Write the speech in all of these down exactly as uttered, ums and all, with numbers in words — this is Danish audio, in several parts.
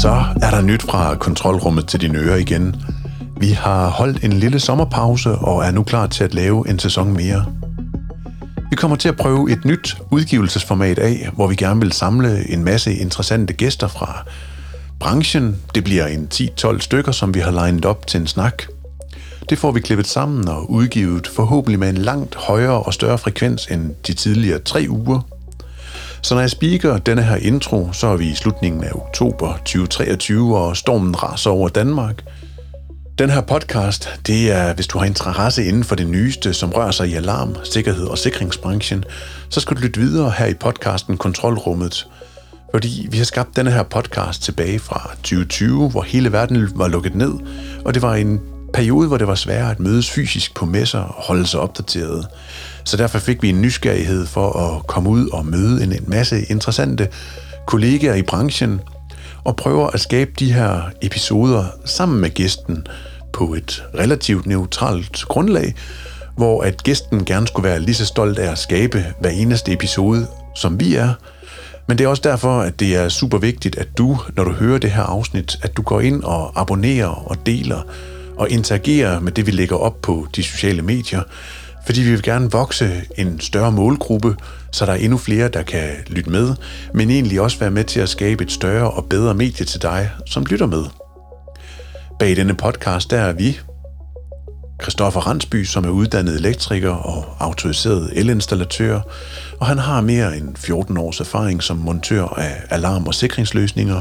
Så er der nyt fra kontrolrummet til dine ører igen. Vi har holdt en lille sommerpause og er nu klar til at lave en sæson mere. Vi kommer til at prøve et nyt udgivelsesformat af, hvor vi gerne vil samle en masse interessante gæster fra branchen. Det bliver en ti til tolv stykker, som vi har legnet op til en snak. Det får vi klippet sammen og udgivet forhåbentlig med en langt højere og større frekvens end de tidligere tre uger. Så når jeg speaker denne her intro, så er vi i slutningen af oktober tyve treogtyve, og stormen raser over Danmark. Den her podcast, det er, hvis du har interesse inden for det nyeste, som rører sig i alarm, sikkerhed og sikringsbranchen, så skal du lytte videre her i podcasten Kontrolrummet. Fordi vi har skabt denne her podcast tilbage fra tyve tyve, hvor hele verden var lukket ned, og det var en periode, hvor det var sværere at mødes fysisk på messer og holde sig opdateret. Så derfor fik vi en nysgerrighed for at komme ud og møde en masse interessante kollegaer i branchen og prøve at skabe de her episoder sammen med gæsten på et relativt neutralt grundlag, hvor at gæsten gerne skulle være lige så stolt af at skabe hver eneste episode, som vi er. Men det er også derfor, at det er super vigtigt, at du, når du hører det her afsnit, at du går ind og abonnerer og deler og interagerer med det, vi lægger op på de sociale medier, fordi vi vil gerne vokse en større målgruppe, så der er endnu flere, der kan lytte med, men egentlig også være med til at skabe et større og bedre medie til dig, som lytter med. Bag denne podcast, der er vi, Christoffer Randsby, som er uddannet elektriker og autoriseret elinstallatør, og han har mere end fjorten års erfaring som montør af alarm- og sikringsløsninger.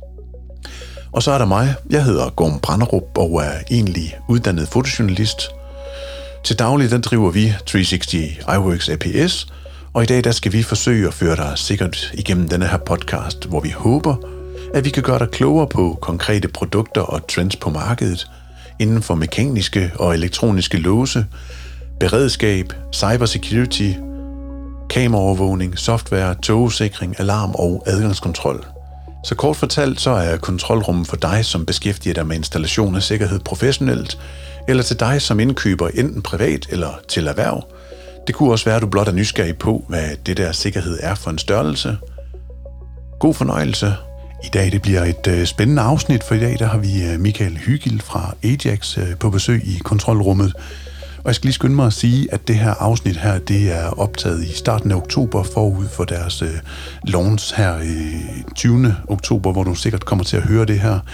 Og så er der mig. Jeg hedder Gorm Branderup og er egentlig uddannet fotojournalist. Til daglig der driver vi tre seks nul iWorks A P S, og i dag der skal vi forsøge at føre dig sikkert igennem denne her podcast, hvor vi håber, at vi kan gøre dig klogere på konkrete produkter og trends på markedet inden for mekaniske og elektroniske låse, beredskab, cybersecurity, kameraovervågning, software, togsikring, alarm og adgangskontrol. Så kort fortalt, så er kontrolrummet for dig, som beskæftiger dig med installation af sikkerhed professionelt, eller til dig, som indkøber enten privat eller til erhverv. Det kunne også være, at du blot er nysgerrig på, hvad det der sikkerhed er for en størrelse. God fornøjelse. I dag det bliver et øh, spændende afsnit, for i dag der har vi øh, Michael Hygild fra Ajax øh, på besøg i kontrolrummet. Og jeg skal lige skynde mig at sige, at det her afsnit her, det er optaget i starten af oktober forud for deres øh, launch her i tyvende oktober, hvor du sikkert kommer til at høre det her.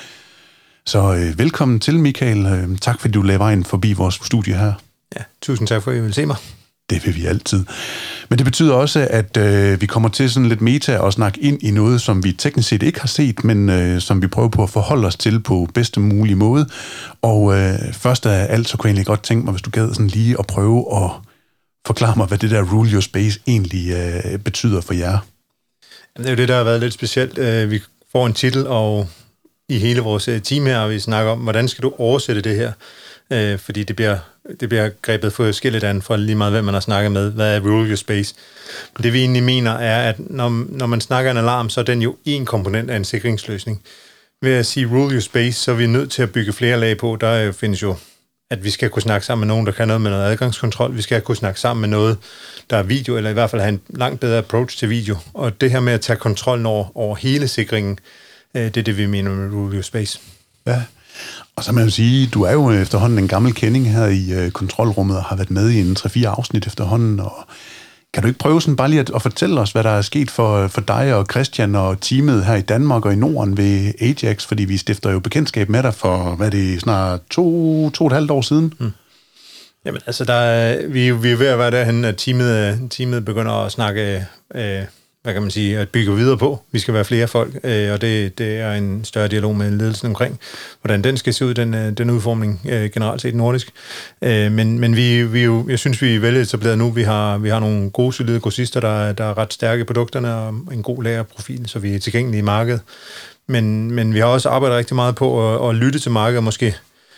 Så øh, velkommen til, Michael. Øh, tak fordi du lagde vejen forbi vores studie her. Ja, tusind tak for, at I vil se mig. Det vil vi altid. Men det betyder også, at øh, vi kommer til sådan lidt meta og snakke ind i noget, som vi teknisk set ikke har set, men øh, som vi prøver på at forholde os til på bedste mulige måde. Og øh, først af alt, så kunne jeg egentlig godt tænke mig, hvis du gad sådan lige at prøve at forklare mig, hvad det der Rule Your Space egentlig øh, betyder for jer. Det er jo det, der har været lidt specielt. Vi får en titel, og i hele vores team her, vi snakker om, hvordan skal du oversætte det her? Øh, fordi det bliver, det bliver grebet forskelligt an for lige meget, hvem man har snakket med. Hvad er Rule Your Space? Det vi egentlig mener er, at når, når man snakker en alarm, så er den jo en komponent af en sikringsløsning. Ved at sige Rule Your Space, så er vi nødt til at bygge flere lag på. Der findes jo, at vi skal kunne snakke sammen med nogen, der kan noget med noget adgangskontrol. Vi skal kunne snakke sammen med noget, der er video, eller i hvert fald have en langt bedre approach til video. Og det her med at tage kontrollen over, over hele sikringen, det er det, vi mener med Rule Your Space. Ja. Og så må jeg jo sige, du er jo efterhånden en gammel kending her i øh, kontrolrummet og har været med i en tre fire afsnit efterhånden. Og kan du ikke prøve sådan bare lige at, at fortælle os, hvad der er sket for, for dig og Christian og teamet her i Danmark og i Norden ved Ajax? Fordi vi stifter jo bekendtskab med dig for, hvad er det, snart to, to og et halvt år siden? Hmm. Jamen altså, der er, vi, vi er ved at være derhen, at teamet, teamet begynder at snakke... Øh, hvad kan man sige, at bygge videre på. Vi skal være flere folk, øh, og det, det er en større dialog med ledelsen omkring, hvordan den skal se ud, den, den udformning øh, generelt set nordisk. Øh, men men vi, vi jo, jeg synes, vi er veletableret nu. Vi har, vi har nogle gode, solide grossister, der, der er ret stærke i produkterne, og en god lagerprofil, så vi er tilgængelige i markedet. Men, men vi har også arbejdet rigtig meget på at, at lytte til markedet, og måske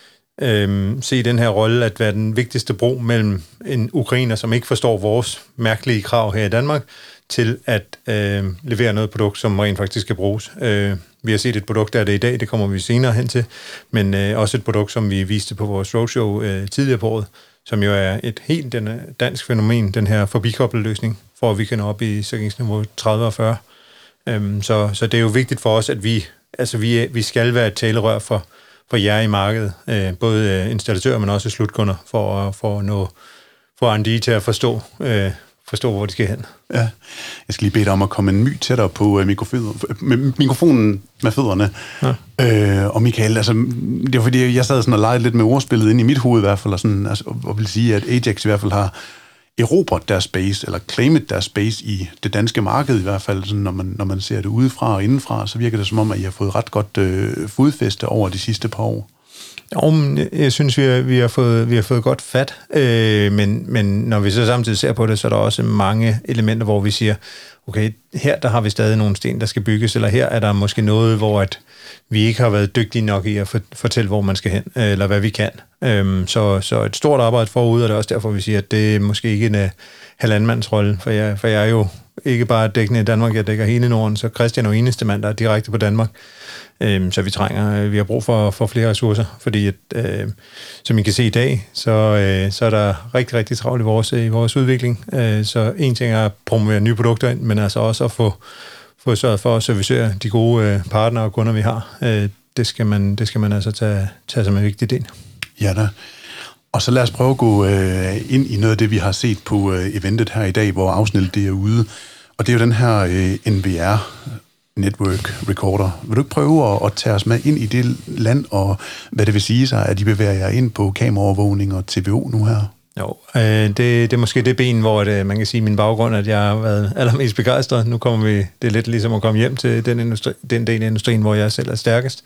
øh, se den her rolle at være den vigtigste bro mellem en ukrainer, som ikke forstår vores mærkelige krav her i Danmark, til at øh, levere noget produkt, som rent faktisk skal bruges. Øh, vi har set et produkt, der er det i dag, det kommer vi senere hen til, men øh, også et produkt, som vi viste på vores roadshow øh, tidligere på året, som jo er et helt denne, dansk fænomen, den her forbikoblet løsning, for at vi kan nå op i sikringsniveau tredive og fyrre. Øh, så, så det er jo vigtigt for os, at vi altså vi, vi skal være et talerør for, for jer i markedet, øh, både installatører, men også slutkunder, for, for at nå for R and D til at forstå, øh, forstå, hvor de skal hen. Ja, jeg skal lige bede dig om at komme en my tættere på øh, mikrofonen med fødderne. Ja. Øh, og Michael, altså, det var fordi, jeg sad sådan og legede lidt med ordspillet inde i mit hoved i hvert fald, og, sådan, altså, og vil sige, at Ajax i hvert fald har erobret deres space, eller claimet deres space i det danske marked i hvert fald, sådan, når, man, når man ser det udefra og indenfra, så virker det som om, at I har fået ret godt øh, fodfæste over de sidste par år. Jo, men jeg synes, vi har, vi har, fået, vi har fået godt fat, øh, men, men når vi så samtidig ser på det, så er der også mange elementer, hvor vi siger, okay, her der har vi stadig nogle sten, der skal bygges, eller her er der måske noget, hvor at vi ikke har været dygtige nok i at fortælle, hvor man skal hen, eller hvad vi kan. Øhm, så, så et stort arbejde forud, og det er også derfor, vi siger, at det er måske ikke en uh, halvandmandsrolle, for jeg, for jeg er jo ikke bare dækkende i Danmark, jeg dækker hele Norden, så Christian er jo eneste mand, der er direkte på Danmark. Øhm, så vi trænger, vi har brug for, for flere ressourcer, fordi at, øh, som I kan se i dag, så, øh, så er der rigtig, rigtig travlt i vores, i vores udvikling. Øh, så en ting er at promovere nye produkter ind, men altså også at få få sørget for at servicere de gode øh, partnere og kunder, vi har. Øh, det, skal man, det skal man altså tage, tage som en vigtig del. Ja da. Og så lad os prøve at gå øh, ind i noget af det, vi har set på øh, eventet her i dag, hvor afsnittet det er ude. Og det er jo den her øh, N V R Network Recorder. Vil du ikke prøve at, at tage os med ind i det land, og hvad det vil sige sig, at I bevæger jer ind på kameraovervågning og T V O nu her? Jo, øh, det, det er måske det ben, hvor det, man kan sige min baggrund, at jeg har været allermest begejstret. Nu kommer vi, det er lidt ligesom at komme hjem til den, industri, den del af industrien, hvor jeg selv er stærkest.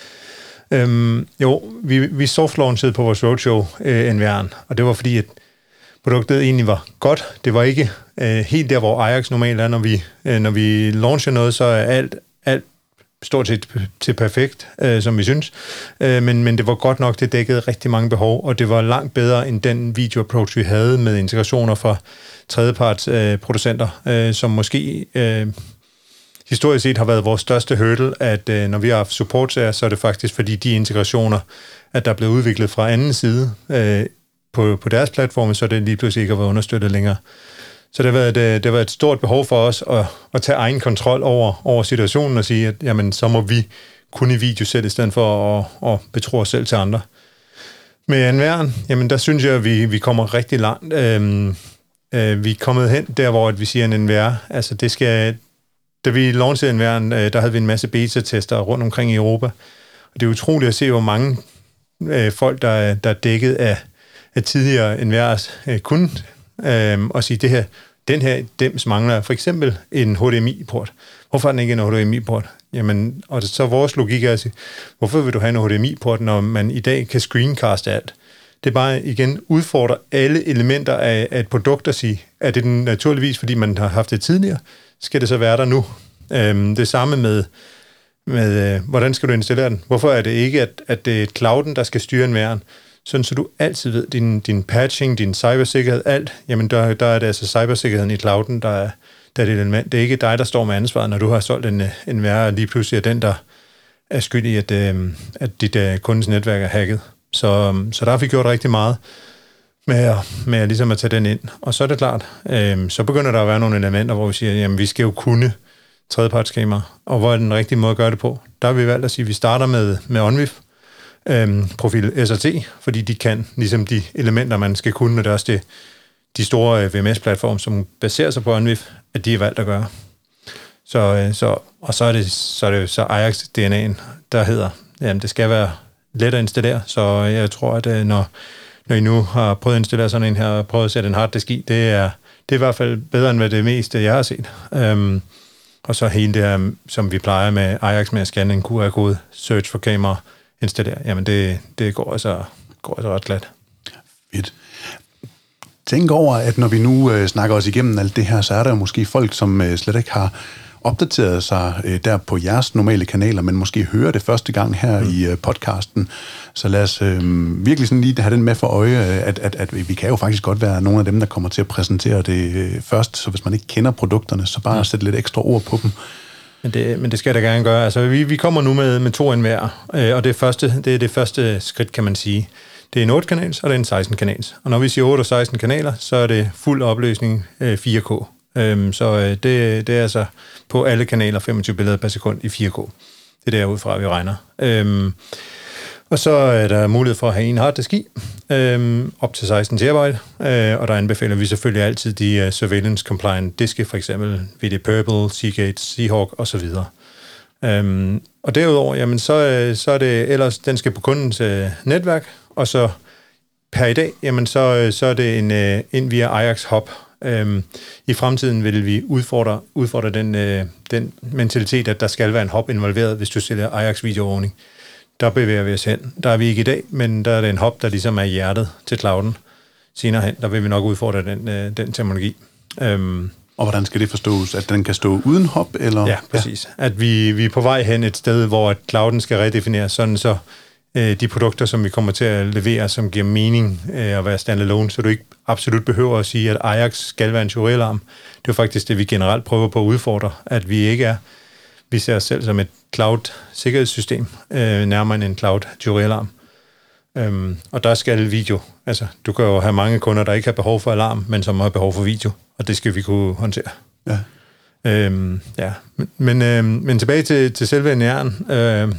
Øhm, jo, vi, vi softlaunchede på vores roadshow øh, N V R'en, og det var fordi, at produktet egentlig var godt. Det var ikke øh, helt der, hvor Ajax normalt er, når vi, øh, når vi launcher noget, så er alt, alt stort set til perfekt, øh, som vi synes. Øh, men, men det var godt nok, det dækkede rigtig mange behov, og det var langt bedre end den video-approach, vi havde med integrationer fra tredjeparts øh, producenter, øh, som måske øh, historisk set har været vores største hurdle, at øh, når vi har haft support, så er det faktisk fordi de integrationer, at der er blevet udviklet fra anden side øh, på, på deres platforme, så det lige pludselig ikke har været understøttet længere. Så det har været et, det har været et stort behov for os at, at tage egen kontrol over, over situationen og sige, at jamen, så må vi kun i video selv, i stedet for at, at betro os selv til andre. Med N V R'en, jamen der synes jeg, at vi, vi kommer rigtig langt. Øhm, øh, vi er kommet hen der, hvor vi siger en N V R. Altså det skal, da vi launchede N V R'en, øh, der havde vi en masse beta-tester rundt omkring i Europa. Og det er utroligt at se, hvor mange øh, folk, der, der er dækket af, af tidligere N V R's øh, kunde, Øhm, og sige, det her, den her dims mangler for eksempel en H D M I-port. Hvorfor er den ikke en H D M I-port? Jamen, og så vores logik er at sige, hvorfor vil du have en H D M I-port, når man i dag kan screencaste alt? Det er bare igen udfordrer alle elementer af, af et produkt at sige, er det den naturligvis, fordi man har haft det tidligere, skal det så være der nu? Øhm, det samme med, med øh, hvordan skal du installere den? Hvorfor er det ikke, at, at det er clouden, der skal styre N V R'en? Sådan, så du altid ved, din, din patching, din cybersikkerhed, alt, jamen der, der er det altså cybersikkerheden i clouden, der er, der er det element. Det er ikke dig, der står med ansvaret, når du har solgt en, en V R, og lige pludselig er den, der er skyld i, at, at dit kundens netværk er hacket. Så, så der har vi gjort rigtig meget med at, med at, ligesom at tage den ind. Og så er det klart, øh, så begynder der at være nogle elementer, hvor vi siger, jamen vi skal jo kunne tredjepartskamera, og hvor er den rigtige måde at gøre det på? Der har vi valgt at sige, at vi starter med, med OnVIF, Øhm, profil S R T, fordi de kan ligesom de elementer, man skal kunne, og det er også det, de store øh, V M S-platforme, som baserer sig på OnVIF, at de er valgt at gøre. Så, øh, så, og så er det så er det så Ajax D N A'en, der hedder, jamen det skal være let at installere, så jeg tror, at øh, når, når I nu har prøvet at installere sådan en her, og prøvet at sætte en harddisk i, det er, det er i hvert fald bedre, end hvad det meste, jeg har set. Øhm, og så hele det her, som vi plejer med Ajax med at scanne en Q R-kode, search for kamera, installere, jamen det, det går, altså, går altså ret glat. Fedt. Tænk over, at når vi nu øh, snakker os igennem alt det her, så er der jo måske folk, som øh, slet ikke har opdateret sig øh, der på jeres normale kanaler, men måske hører det første gang her mm. i øh, podcasten. Så lad os øh, virkelig sådan lige have den med for øje, at, at, at vi kan jo faktisk godt være nogle af dem, der kommer til at præsentere det øh, først, så hvis man ikke kender produkterne, så bare mm. sætte lidt ekstra ord på dem. Men det, men det skal jeg da gerne gøre. Altså, vi, vi kommer nu med, med to N V R'er, øh, og det, første, det er det første skridt, kan man sige. Det er en otte kanals, og det er en seksten kanals. Og når vi siger otte og seksten kanaler, så er det fuld opløsning øh, fire K. Øhm, så øh, det, det er altså på alle kanaler femogtyve billeder per sekund i fire K. Det er derudfra, vi regner. Øhm, og så er der mulighed for at have en harddisk i, øhm, op til seksten terabyte, øh, og der anbefaler vi selvfølgelig altid de uh, surveillance-compliant diske, for eksempel V D Purple, Seagate, Seahawk osv. Øhm, og derudover, jamen, så, så er det ellers, den skal på kundens øh, netværk, og så per i dag, jamen, så, så er det en, øh, ind via Ajax Hub. Øhm, I fremtiden vil vi udfordre, udfordre den, øh, den mentalitet, at der skal være en hub involveret, hvis du sælger Ajax videoovervågning. Der bevæger vi os hen. Der er vi ikke i dag, men der er det en hub, der ligesom er hjertet til clouden. Senere hen, der vil vi nok udfordre den, øh, den teknologi. Øhm, Og hvordan skal det forstås? At den kan stå uden hub? Eller? Ja, præcis. Ja. At vi, vi er på vej hen et sted, hvor clouden skal redefineres, sådan så øh, de produkter, som vi kommer til at levere, som giver mening øh, at være standalone, så du ikke absolut behøver at sige, at Ajax skal være en tyverialarm. Det er jo faktisk det, vi generelt prøver på at udfordre, at vi ikke er, vi ser os selv som et cloud-sikkerhedssystem, øh, nærmere end en cloud-tyverialarm. Øhm, og der skal video, altså du kan jo have mange kunder, der ikke har behov for alarm, men som har behov for video, og det skal vi kunne håndtere. Ja. Øhm, ja. Men, øhm, men tilbage til, til selve N R'en. Øh,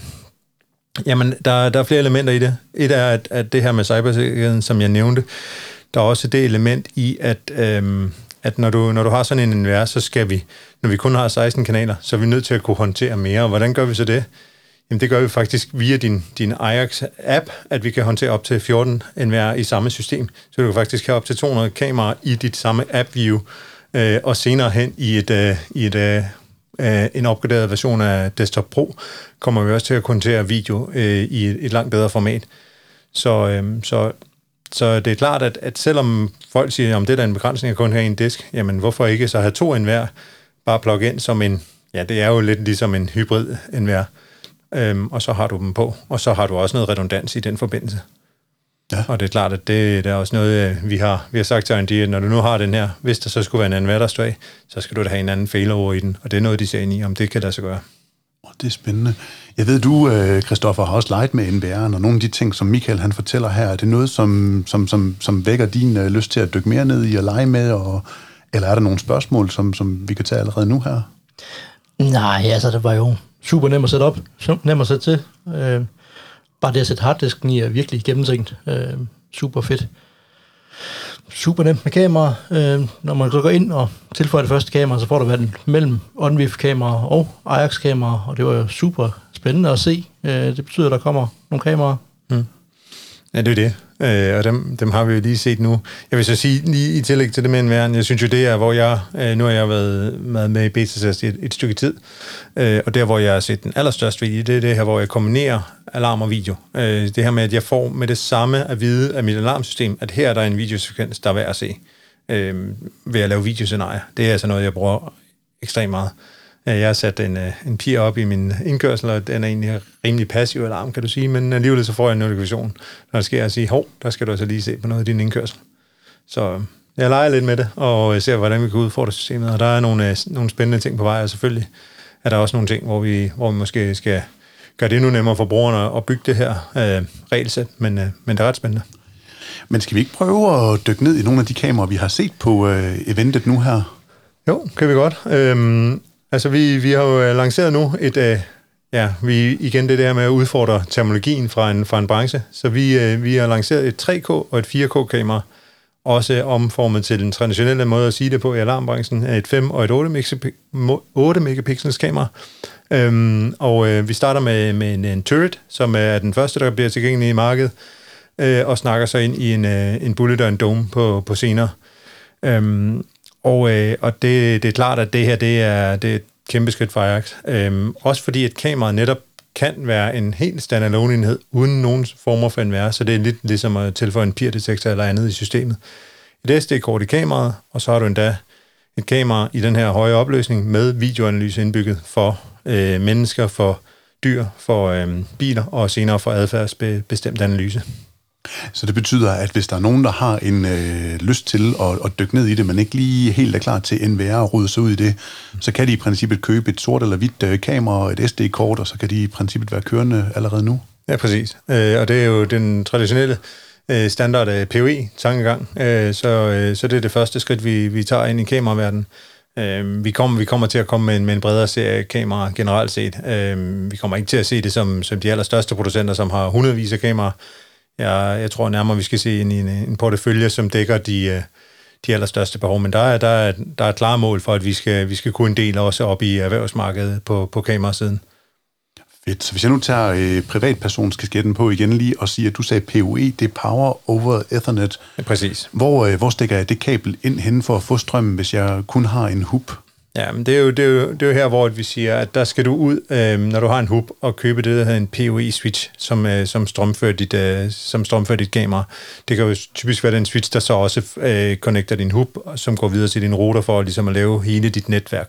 jamen, der, der er flere elementer i det. Et er, at, at det her med cybersikkerheden, som jeg nævnte, der er også det element i, at, øhm, at når, du, når du har sådan en N V R, så skal vi, når vi kun har seksten kanaler, så er vi nødt til at kunne håndtere mere. Og hvordan gør vi så det? Jamen, det gør vi faktisk via din, din Ajax-app, at vi kan håndtere op til fjorten N V R i samme system. Så du kan faktisk have op til to hundrede kameraer i dit samme app-view, øh, og senere hen i, et, øh, i et, øh, en opgraderet version af Desktop Pro, kommer vi også til at håndtere video øh, i et, et langt bedre format. Så, øh, så, så det er klart, at, at selvom folk siger, om det er der en begrænsning at kun have en disk, jamen hvorfor ikke så have to N V R, bare plug ind som en, ja, det er jo lidt ligesom en hybrid N V R. Øhm, og så har du dem på, og så har du også noget redundans i den forbindelse. Ja. Og det er klart, at det, det er også noget, vi har, vi har sagt til R and D, at når du nu har den her, hvis der så skulle være en anden der står af, så skal du da have en anden failover i den, og det er noget, de ser ind i, om det kan lade sig gøre. Oh, det er spændende. Jeg ved, du, Christoffer, har også leget med N V R'en, og nogle af de ting, som Michael han fortæller her, er det noget, som, som, som, som vækker din uh, lyst til at dykke mere ned i og lege med, og, eller er der nogle spørgsmål, som, som vi kan tage allerede nu her? Nej, altså det var jo super nemt at sætte op, nemt at sætte til. Øh, bare det at sætte harddisken i er virkelig gennemtænkt. Øh, super fedt. Super nemt med kamera. Øh, når man så går ind og tilføjer det første kamera, så får der været mellem OnVIF-kamera og Ajax-kamera, og det var jo super spændende at se. Øh, det betyder, at der kommer nogle kameraer. Mm. Ja, det er det. Øh, og dem, dem har vi jo lige set nu. Jeg vil så sige, lige i tillæg til det med N V R'en, jeg synes jo, det er, hvor jeg, øh, nu har jeg været med, med i beta-test et, et stykke tid, øh, og der, hvor jeg har set den allerstørste video, det er det her, hvor jeg kombinerer alarm og video. Øh, det her med, at jeg får med det samme at vide af mit alarmsystem, at her er der en videosekvens, der er værd at se, øh, ved at lave videoscenarier. Det er altså noget, jeg bruger ekstremt meget. Jeg har sat en, en piger op i min indkørsel, og den er egentlig rimelig passiv alarm, kan du sige, men alligevel så får jeg en notifikation, når der sker at sige, hov, der skal du altså lige se på noget af din indkørsel. Så jeg leger lidt med det, og ser, hvordan vi kan udfordre systemet, og der er nogle, nogle spændende ting på vej, og selvfølgelig er der også nogle ting, hvor vi, hvor vi måske skal gøre det endnu nemmere for brugerne at bygge det her øh, regelsæt, men, øh, men det er ret spændende. Men skal vi ikke prøve at dykke ned i nogle af de kameraer, vi har set på øh, eventet nu her? Jo, kan vi godt. Øhm, Altså, vi, vi har jo lanceret nu et, øh, ja, vi igen det der med at udfordre terminologien fra en, fra en branche. Så vi, øh, vi har lanceret et tre K og et fire K-kamera, også omformet til den traditionelle måde at sige det på i alarmbranchen, et fem og et otte megapixels kamera. Øhm, og øh, vi starter med, med en, en turret, som er den første, der bliver tilgængelig i markedet, øh, og snakker så ind i en, øh, en bullet og en dome på, på senere. Øhm, Og, øh, og det, det er klart, at det her det er, det er et kæmpe skridt for Ajax. Øhm, også fordi, at kameraet netop kan være en helt standalone enhed, uden nogen former for N V R, så det er lidt ligesom at tilføje en P I R-detektor eller andet i systemet. Et S D-kort i kameraet, og så har du endda et kamera i den her høje opløsning med videoanalyse indbygget for øh, mennesker, for dyr, for øh, biler og senere for adfærdsbestemt analyse. Så det betyder, at hvis der er nogen, der har en øh, lyst til at, at dykke ned i det, men ikke lige helt er klar til N V R og rode sig ud i det, så kan de i princippet købe et sort eller hvidt øh, kamera og et S D-kort, og så kan de i princippet være kørende allerede nu. Ja, præcis. Øh, og det er jo den traditionelle øh, standard P O E-tankegang, øh, så, øh, så det er det første skridt, vi, vi tager ind i kameraverdenen. Øh, vi, kommer, vi kommer til at komme med en, med en bredere serie kameraer generelt set. Øh, vi kommer ikke til at se det som, som de allerstørste producenter, som har hundredvis af kameraer. Jeg, jeg tror nærmere, vi skal se en, en, en portefølje, som dækker de, de allerstørste behov. Men der er, der er, der er klare mål for, at vi skal, vi skal kunne en del også op i erhvervsmarkedet på, på kamerasiden. Fedt. Så hvis jeg nu tager øh, privatpersonskasketten på igen lige og siger, at du sagde P O E, det er Power over Ethernet. Ja, præcis. Hvor, øh, hvor stikker jeg det kabel ind hen for at få strømmen, hvis jeg kun har en hub? Ja, men det er jo, det er jo, det er jo her, hvor vi siger, at der skal du ud, øh, når du har en hub, og købe det, der hedder en P O E-switch, som, øh, som, strømfører dit, øh, som strømfører dit kamera. Det kan jo typisk være den switch, der så også øh, connecter din hub, som går videre til din router for ligesom at lave hele dit netværk.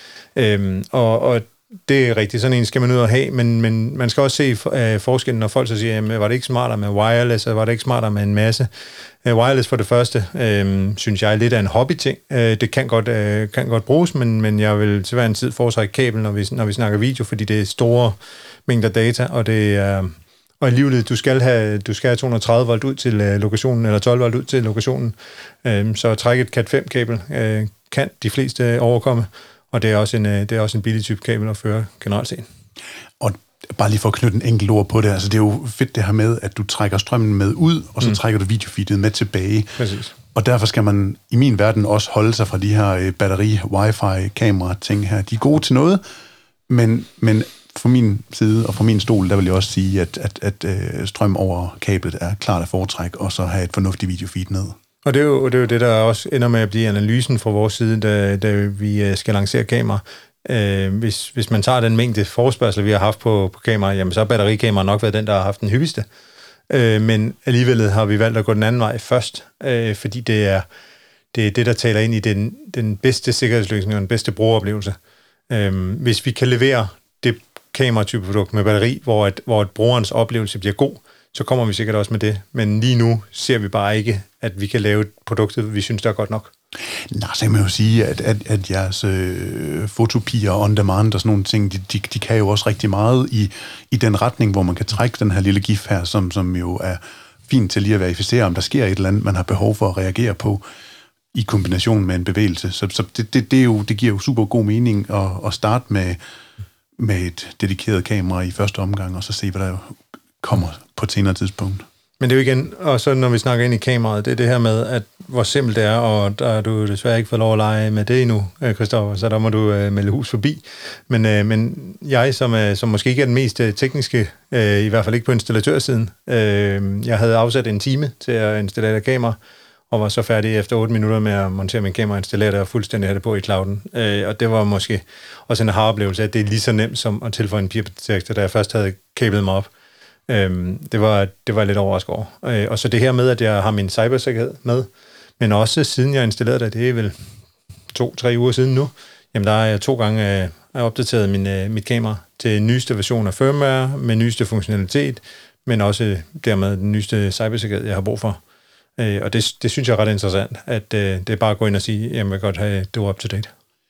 Øh, og, og det er rigtigt, sådan en skal man ud og have, men, men man skal også se øh, forskellen, når folk så siger, jamen, var det ikke smartere med wireless, eller var det ikke smartere med en masse? Øh, wireless for det første, øh, synes jeg er lidt af en hobbyting. Øh, det kan godt, øh, kan godt bruges, men, men jeg vil til hver en tid foretrække kabel, når vi, når vi snakker video, fordi det er store mængder data, og det er... Øh, og alligevel, du skal have, du skal have to hundrede og tredive volt ud til øh, lokationen, eller tolv volt ud til lokationen, øh, så at trække et cat fem kabel øh, kan de fleste overkomme. Og det er også en, det er også en billig type kabel at føre generelt set. Og bare lige for at knytte en enkelt ord på det, altså det er jo fedt det her med, at du trækker strømmen med ud, og så mm. trækker du videofeedet med tilbage. Præcis. Og derfor skal man i min verden også holde sig fra de her batteri, wifi, kamera ting her. De er gode til noget, men, men fra min side og fra min stol, der vil jeg også sige, at, at, at, at strøm over kablet er klart at foretrække, og så have et fornuftigt videofeed ned. Og det er, jo, det er jo det, der også ender med at blive analysen fra vores side, da, da vi skal lancere kamera. Øh, hvis, hvis man tager den mængde forespørgsel, vi har haft på, på kamera, jamen så har batterikamera nok været den, der har haft den hyppigste. Øh, men alligevel har vi valgt at gå den anden vej først, øh, fordi det er, det er det, der taler ind i den, den bedste sikkerhedsløsning og den bedste brugeroplevelse. Øh, hvis vi kan levere det kameratype produkt med batteri, hvor, et, hvor et brugerens oplevelse bliver god, så kommer vi sikkert også med det. Men lige nu ser vi bare ikke, at vi kan lave et produkt, vi synes, der er godt nok. Nej, så kan man jo sige, at, at, at jeres øh, fotopier on demand og sådan nogle ting, de, de, de kan jo også rigtig meget i, i den retning, hvor man kan trække den her lille gif her, som, som jo er fint til lige at verificere, om der sker et eller andet, man har behov for at reagere på i kombination med en bevægelse. Så, så det, det, det, er jo, det giver jo super god mening at, at starte med, med et dedikeret kamera i første omgang, og så se, hvad der kommer på et senere tidspunkt. Men det er jo igen, og så når vi snakker ind i kameraet, det er det her med, at hvor simpelt det er, og der har du desværre ikke fået lov at lege med det endnu, Christoffer, så der må du uh, melde hus forbi. Men, uh, men jeg, som, uh, som måske ikke er den mest uh, tekniske, uh, i hvert fald ikke på installatørsiden, uh, jeg havde afsat en time til at installere kamera, og var så færdig efter otte minutter med at montere min kamera og installere det og fuldstændig have det på i clouden. Uh, og det var måske også en aha-oplevelse, at det er lige så nemt som at tilføje en peer-detektor, da jeg først havde kablet mig op. Øhm, det, var, det var jeg lidt overrasket over. Øh, og så det her med, at jeg har min cybersikkerhed med, men også siden jeg installerede det, det er vel to-tre uger siden nu, jamen der har jeg to gange øh, opdateret min, øh, mit kamera til nyeste version af firmware, med nyeste funktionalitet, men også dermed den nyeste cybersikkerhed, jeg har brug for. Øh, og det, det synes jeg er ret interessant, at øh, det er bare at gå ind og sige, jamen jeg vil godt have det up to date.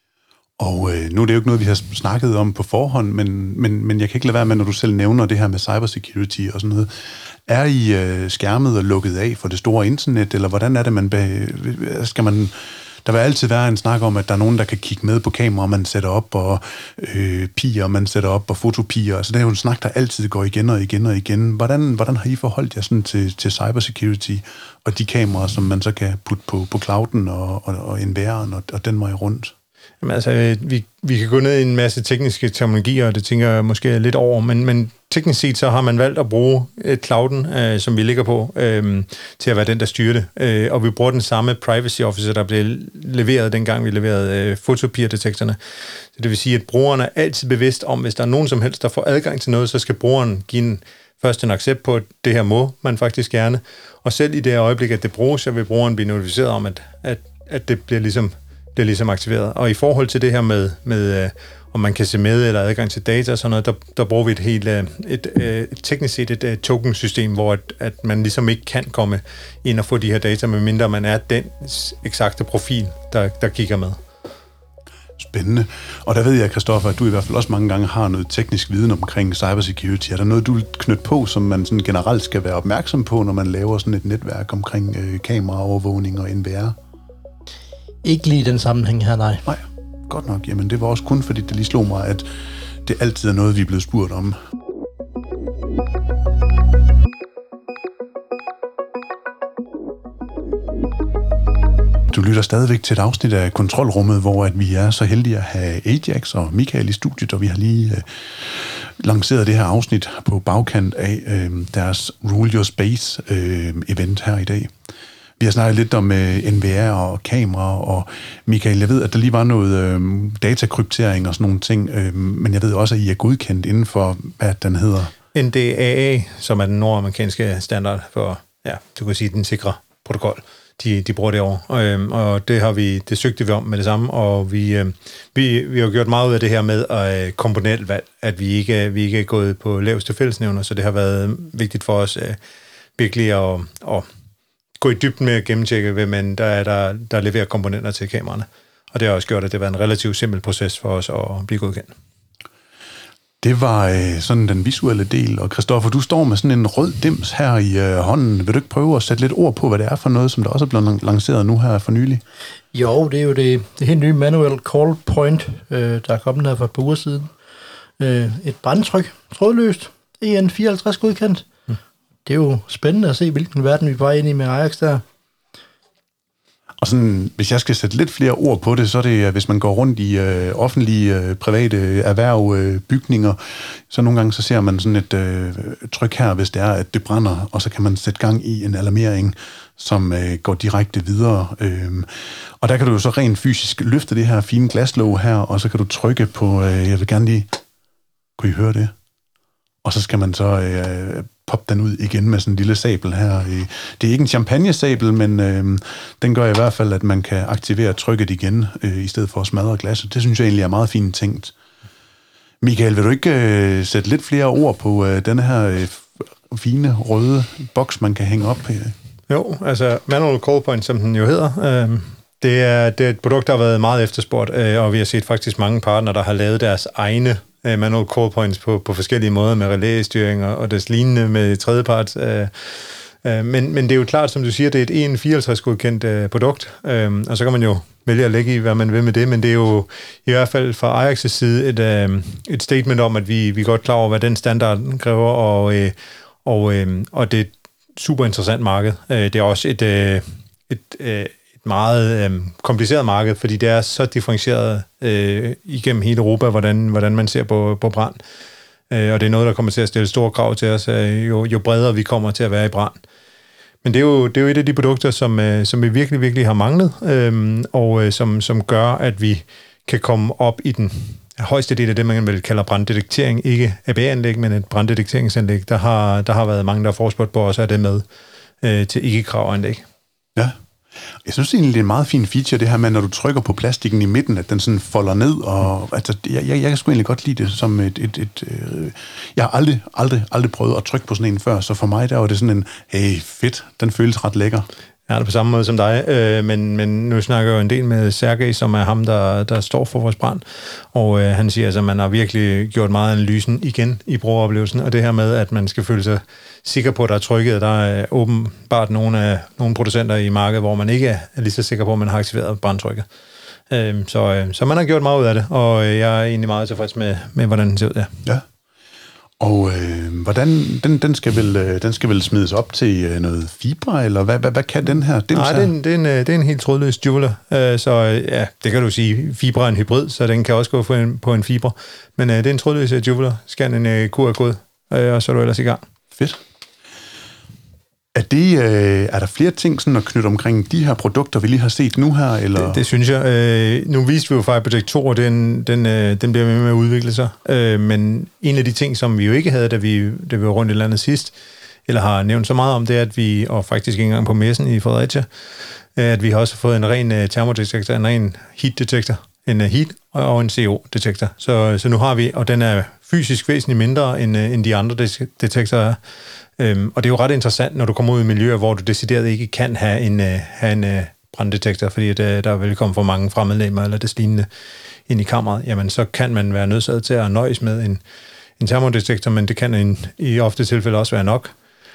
Og øh, nu er det jo ikke noget, vi har snakket om på forhånd, men, men, men jeg kan ikke lade være med, når du selv nævner det her med cybersecurity og sådan noget. Er I øh, skærmet og lukket af for det store internet, eller hvordan er det, man... Be- skal man der vil altid være en snak om, at der er nogen, der kan kigge med på kameraer, man sætter op, og øh, piger, man sætter op, og fotopiger. Så det er jo en snak, der altid går igen og igen og igen. Hvordan, hvordan har I forholdt jer sådan til, til cybersecurity og de kameraer, som man så kan putte på, på clouden og, og, og N V R'en og, og den vej rundt? Jamen, altså, vi, vi kan gå ned i en masse tekniske terminologier, og det tænker jeg måske lidt over, men, men teknisk set så har man valgt at bruge et clouden, øh, som vi ligger på, øh, til at være den, der styrer det. Øh, og vi bruger den samme privacy officer, der blev leveret, dengang vi leverede øh, fotopeer-detektorerne. Så det vil sige, at brugeren er altid bevidst om, hvis der er nogen som helst, der får adgang til noget, så skal brugeren give en, først en accept på, at det her må man faktisk gerne. Og selv i det øjeblik, at det bruges, så vil brugeren blive notificeret om, at, at, at det bliver ligesom det er ligesom aktiveret. Og i forhold til det her med, med øh, om man kan se med eller adgang til data og sådan noget, der, der bruger vi et helt øh, et, øh, et teknisk set et øh, token-system, hvor at, at man ligesom ikke kan komme ind og få de her data, medmindre man er den eksakte profil, der, der kigger med. Spændende. Og der ved jeg, Christoffer, at du i hvert fald også mange gange har noget teknisk viden omkring cybersecurity. Er der noget, du vil knytte på, som man sådan generelt skal være opmærksom på, når man laver sådan et netværk omkring øh, kameraovervågning og N V R? Ikke lige i den sammenhæng her, nej. Nej. godt nok. Jamen, det var også kun fordi, det lige slog mig, at det altid er noget, vi er blevet spurgt om. Du lytter stadigvæk til et afsnit af Kontrolrummet, hvor at vi er så heldige at have Ajax og Michael i studiet, og vi har lige øh, lanceret det her afsnit på bagkant af øh, deres Rule Your Space øh, event her i dag. Vi har snakket lidt om øh, N V R og kameraer, og Michael, jeg ved, at der lige var noget øh, datakryptering og sådan nogle ting, øh, men jeg ved også, at I er godkendt inden for, hvad den hedder. N D A A, som er den nordamerikanske standard for, ja, du kan sige, den sikre protokol. De, de bruger det over, og, øhm, og det har vi, det søgte vi om med det samme, og vi, øhm, vi, vi har gjort meget ud af det her med øh, komponentvalg, at vi ikke, vi ikke er gået på laveste fællesnævner, så det har været vigtigt for os øh, virkelig at, at gå i dybden med at gennemtjekke, hvem der er, der, der leverer komponenter til kameraerne. Og det har også gjort, at det har været en relativt simpel proces for os at blive godkendt. Det var øh, sådan den visuelle del, og Christoffer, du står med sådan en rød dims her i øh, hånden. Vil du ikke prøve at sætte lidt ord på, hvad det er for noget, som der også er blevet lanceret nu her for nylig? Jo, det er jo det, det helt nye manual call point, øh, der er kommet her for et par uger siden. Øh, et brandtryk, trådløst, E N fireoghalvtreds godkendt. Hmm. Det er jo spændende at se, hvilken verden vi var inde i med Ajax der. Og sådan, hvis jeg skal sætte lidt flere ord på det, så er det, hvis man går rundt i øh, offentlige, øh, private erhverv, øh, bygninger, så nogle gange så ser man sådan et øh, tryk her, hvis det er, at det brænder, og så kan man sætte gang i en alarmering, som øh, går direkte videre. Øh, og der kan du jo så rent fysisk løfte det her fine glaslåg her, og så kan du trykke på, øh, jeg vil gerne lige, kunne I høre det? Og så skal man så øh, poppe den ud igen med sådan en lille sabel her. Det er ikke en champagne-sabel, men øh, den gør i hvert fald, at man kan aktivere trykket igen, øh, i stedet for at smadre glasset. Det synes jeg egentlig er meget fint tænkt. Michael, vil du ikke øh, sætte lidt flere ord på øh, denne her øh, fine røde boks, man kan hænge op? Øh? Jo, altså Manual Call Point, som den jo hedder, øh, det, er, det er et produkt, der har været meget efterspurgt, øh, og vi har set faktisk mange partnere, der har lavet deres egne manual call points på, på forskellige måder med relæstyring og, og des lignende med tredjepart. Øh, øh, men, men det er jo klart, som du siger, det er et E N fireoghalvtreds godkendt øh, produkt, øh, og så kan man jo vælge at lægge i, hvad man vil med det, men det er jo i hvert fald fra Ajax' side et, øh, et statement om, at vi, vi er godt klar over, hvad den standard kræver, og, øh, og, øh, og det er et super interessant marked. Øh, det er også et, øh, et øh, meget øh, kompliceret marked, fordi det er så differentieret øh, igennem hele Europa, hvordan, hvordan man ser på, på brand. Øh, og det er noget, der kommer til at stille store krav til os, øh, jo, jo bredere vi kommer til at være i brand. Men det er jo, det er jo et af de produkter, som, øh, som vi virkelig, virkelig har manglet, øh, og øh, som, som gør, at vi kan komme op i den højeste del af det, man vel kalder branddetektering. Ikke A B A-anlæg, men et branddetekteringsanlæg. Der har, der har været mange, der har forespurgt på os, at det med øh, til ikke-kravanlæg. Ja. Jeg synes egentlig, det er en meget fin feature, det her med, når du trykker på plastikken i midten, at den sådan folder ned, og altså, jeg, jeg, jeg kan sgu egentlig godt lide det som et... et, et øh, jeg har aldrig, aldrig, aldrig prøvet at trykke på sådan en før, så for mig der var det sådan en, hey, fedt, den føles ret lækker. Jeg er det på samme måde som dig, øh, men, men nu snakker jeg jo en del med Sergej, som er ham, der, der står for vores brand, og øh, han siger, altså, at man har virkelig gjort meget analysen igen i brugeroplevelsen, og det her med, at man skal føle sig sikker på, at der er trykket. Der er åbenbart nogle, af, nogle producenter i markedet, hvor man ikke er lige så sikker på, at man har aktiveret brandtrykket. Øh, så, øh, så man har gjort meget ud af det, og jeg er egentlig meget tilfreds med, med hvordan den ser ud. Ja. Ja. Og øh, hvordan, den, den, skal vel, den skal vel smides op til øh, noget fibre, eller hvad, hvad, hvad kan den her? Nej, det er, en, det, er en, det er en helt trådløs jeweler, øh, så ja, det kan du sige, fibre er en hybrid, så den kan også gå på en, på en fibre, men øh, det er en trådløs jeweler, skal en øh, Q R-kode, øh, og så er du ellers i gang. Fedt. Er, det, øh, er der flere ting sådan at knytte omkring de her produkter, vi lige har set nu her? Eller? Det, det synes jeg. Øh, nu viste vi jo FireProtect to, og den, den, øh, den bliver med at udvikle sig. Øh, men en af de ting, som vi jo ikke havde, da vi, da vi var rundt i landet sidst, eller har nævnt så meget om, det er, at vi, og faktisk ikke engang på messen i Fredericia, at vi har også fået en ren uh, termodetektor, en ren heat-detektor, en uh, heat og en C O-detektor. Så, så nu har vi, og den er fysisk væsentligt mindre end, uh, end de andre detektorer. Um, og det er jo ret interessant, når du kommer ud i miljøer, hvor du decideret ikke kan have en, uh, have en uh, branddetektor, fordi at, uh, der er velkommen for mange fremmedlemmer eller det lignende ind i kammeret, jamen så kan man være nødsaget til at nøjes med en, en termodetektor, men det kan en, i ofte tilfælde også være nok.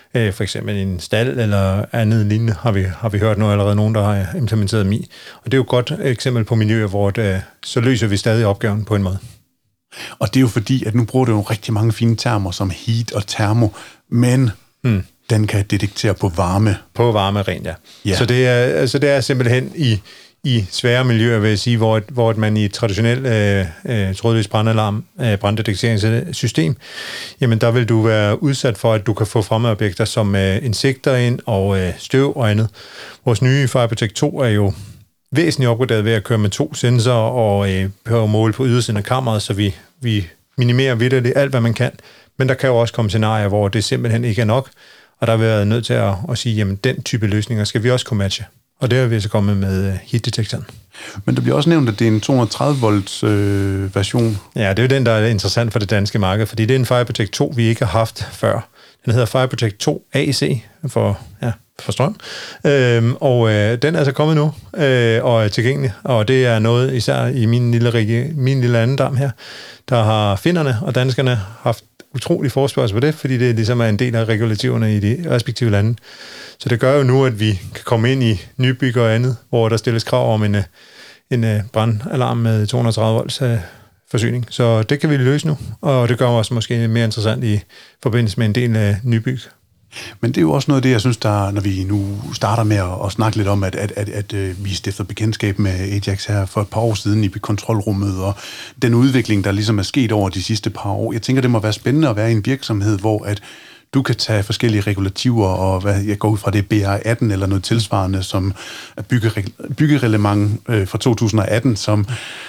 øh, for eksempel en stald eller andet lignende, har vi, har vi hørt nu allerede nogen, der har implementeret M I. Og det er jo et godt eksempel på miljøer, hvor det, så løser vi stadig opgaven på en måde. Og det er jo fordi, at nu bruger du jo rigtig mange fine termer som heat og termo, men mm. den kan detektere på varme. På varme rent, ja. ja. Så det er, altså det er simpelthen i, i svære miljøer, vil jeg sige, hvor, hvor man i et traditionelt øh, øh, trådløs brandalarm, øh, branddetekteringssystem, jamen der vil du være udsat for, at du kan få fremmede objekter som øh, insekter ind og øh, støv og andet. Vores nye Fireprotect to er jo væsentligt opgraderet ved at køre med to sensorer og øh, på måle på ydersiden af kammeret, så vi, vi minimerer vitterligt alt, hvad man kan. Men der kan jo også komme scenarier, hvor det simpelthen ikke er nok, og der har vi været nødt til at, at sige, jamen den type løsninger skal vi også kunne matche. Og det har vi så kommet med heat-detektoren. Men der bliver også nævnt, at det er en to hundrede og tredive volts øh, version. Ja, det er jo den, der er interessant for det danske marked, fordi det er en Fireprotect to, vi ikke har haft før. Den hedder Fireprotect to A C for, ja, for strøm. Øhm, og øh, den er så kommet nu øh, og er tilgængelig. Og det er noget, især i min lille, regi- min lille andendam her, der har finnerne og danskerne haft utrolig forspørgsel på det, fordi det ligesom er en del af regulativerne i de respektive lande. Så det gør jo nu, at vi kan komme ind i nybygger og andet, hvor der stilles krav om en, en brandalarm med to hundrede og tredive volts forsyning. Så det kan vi løse nu, og det gør også måske mere interessant i forbindelse med en del af nybyg. Men det er jo også noget af det, jeg synes, der, når vi nu starter med at, at snakke lidt om, at, at, at, at, at vi stifter bekendtskab med Ajax her for et par år siden i kontrolrummet, og den udvikling, der ligesom er sket over de sidste par år. Jeg tænker, det må være spændende at være i en virksomhed, hvor at du kan tage forskellige regulativer, og hvad, jeg går ud fra det B R atten eller noget tilsvarende, som er bygge- byggereglement øh, fra to tusind og atten, som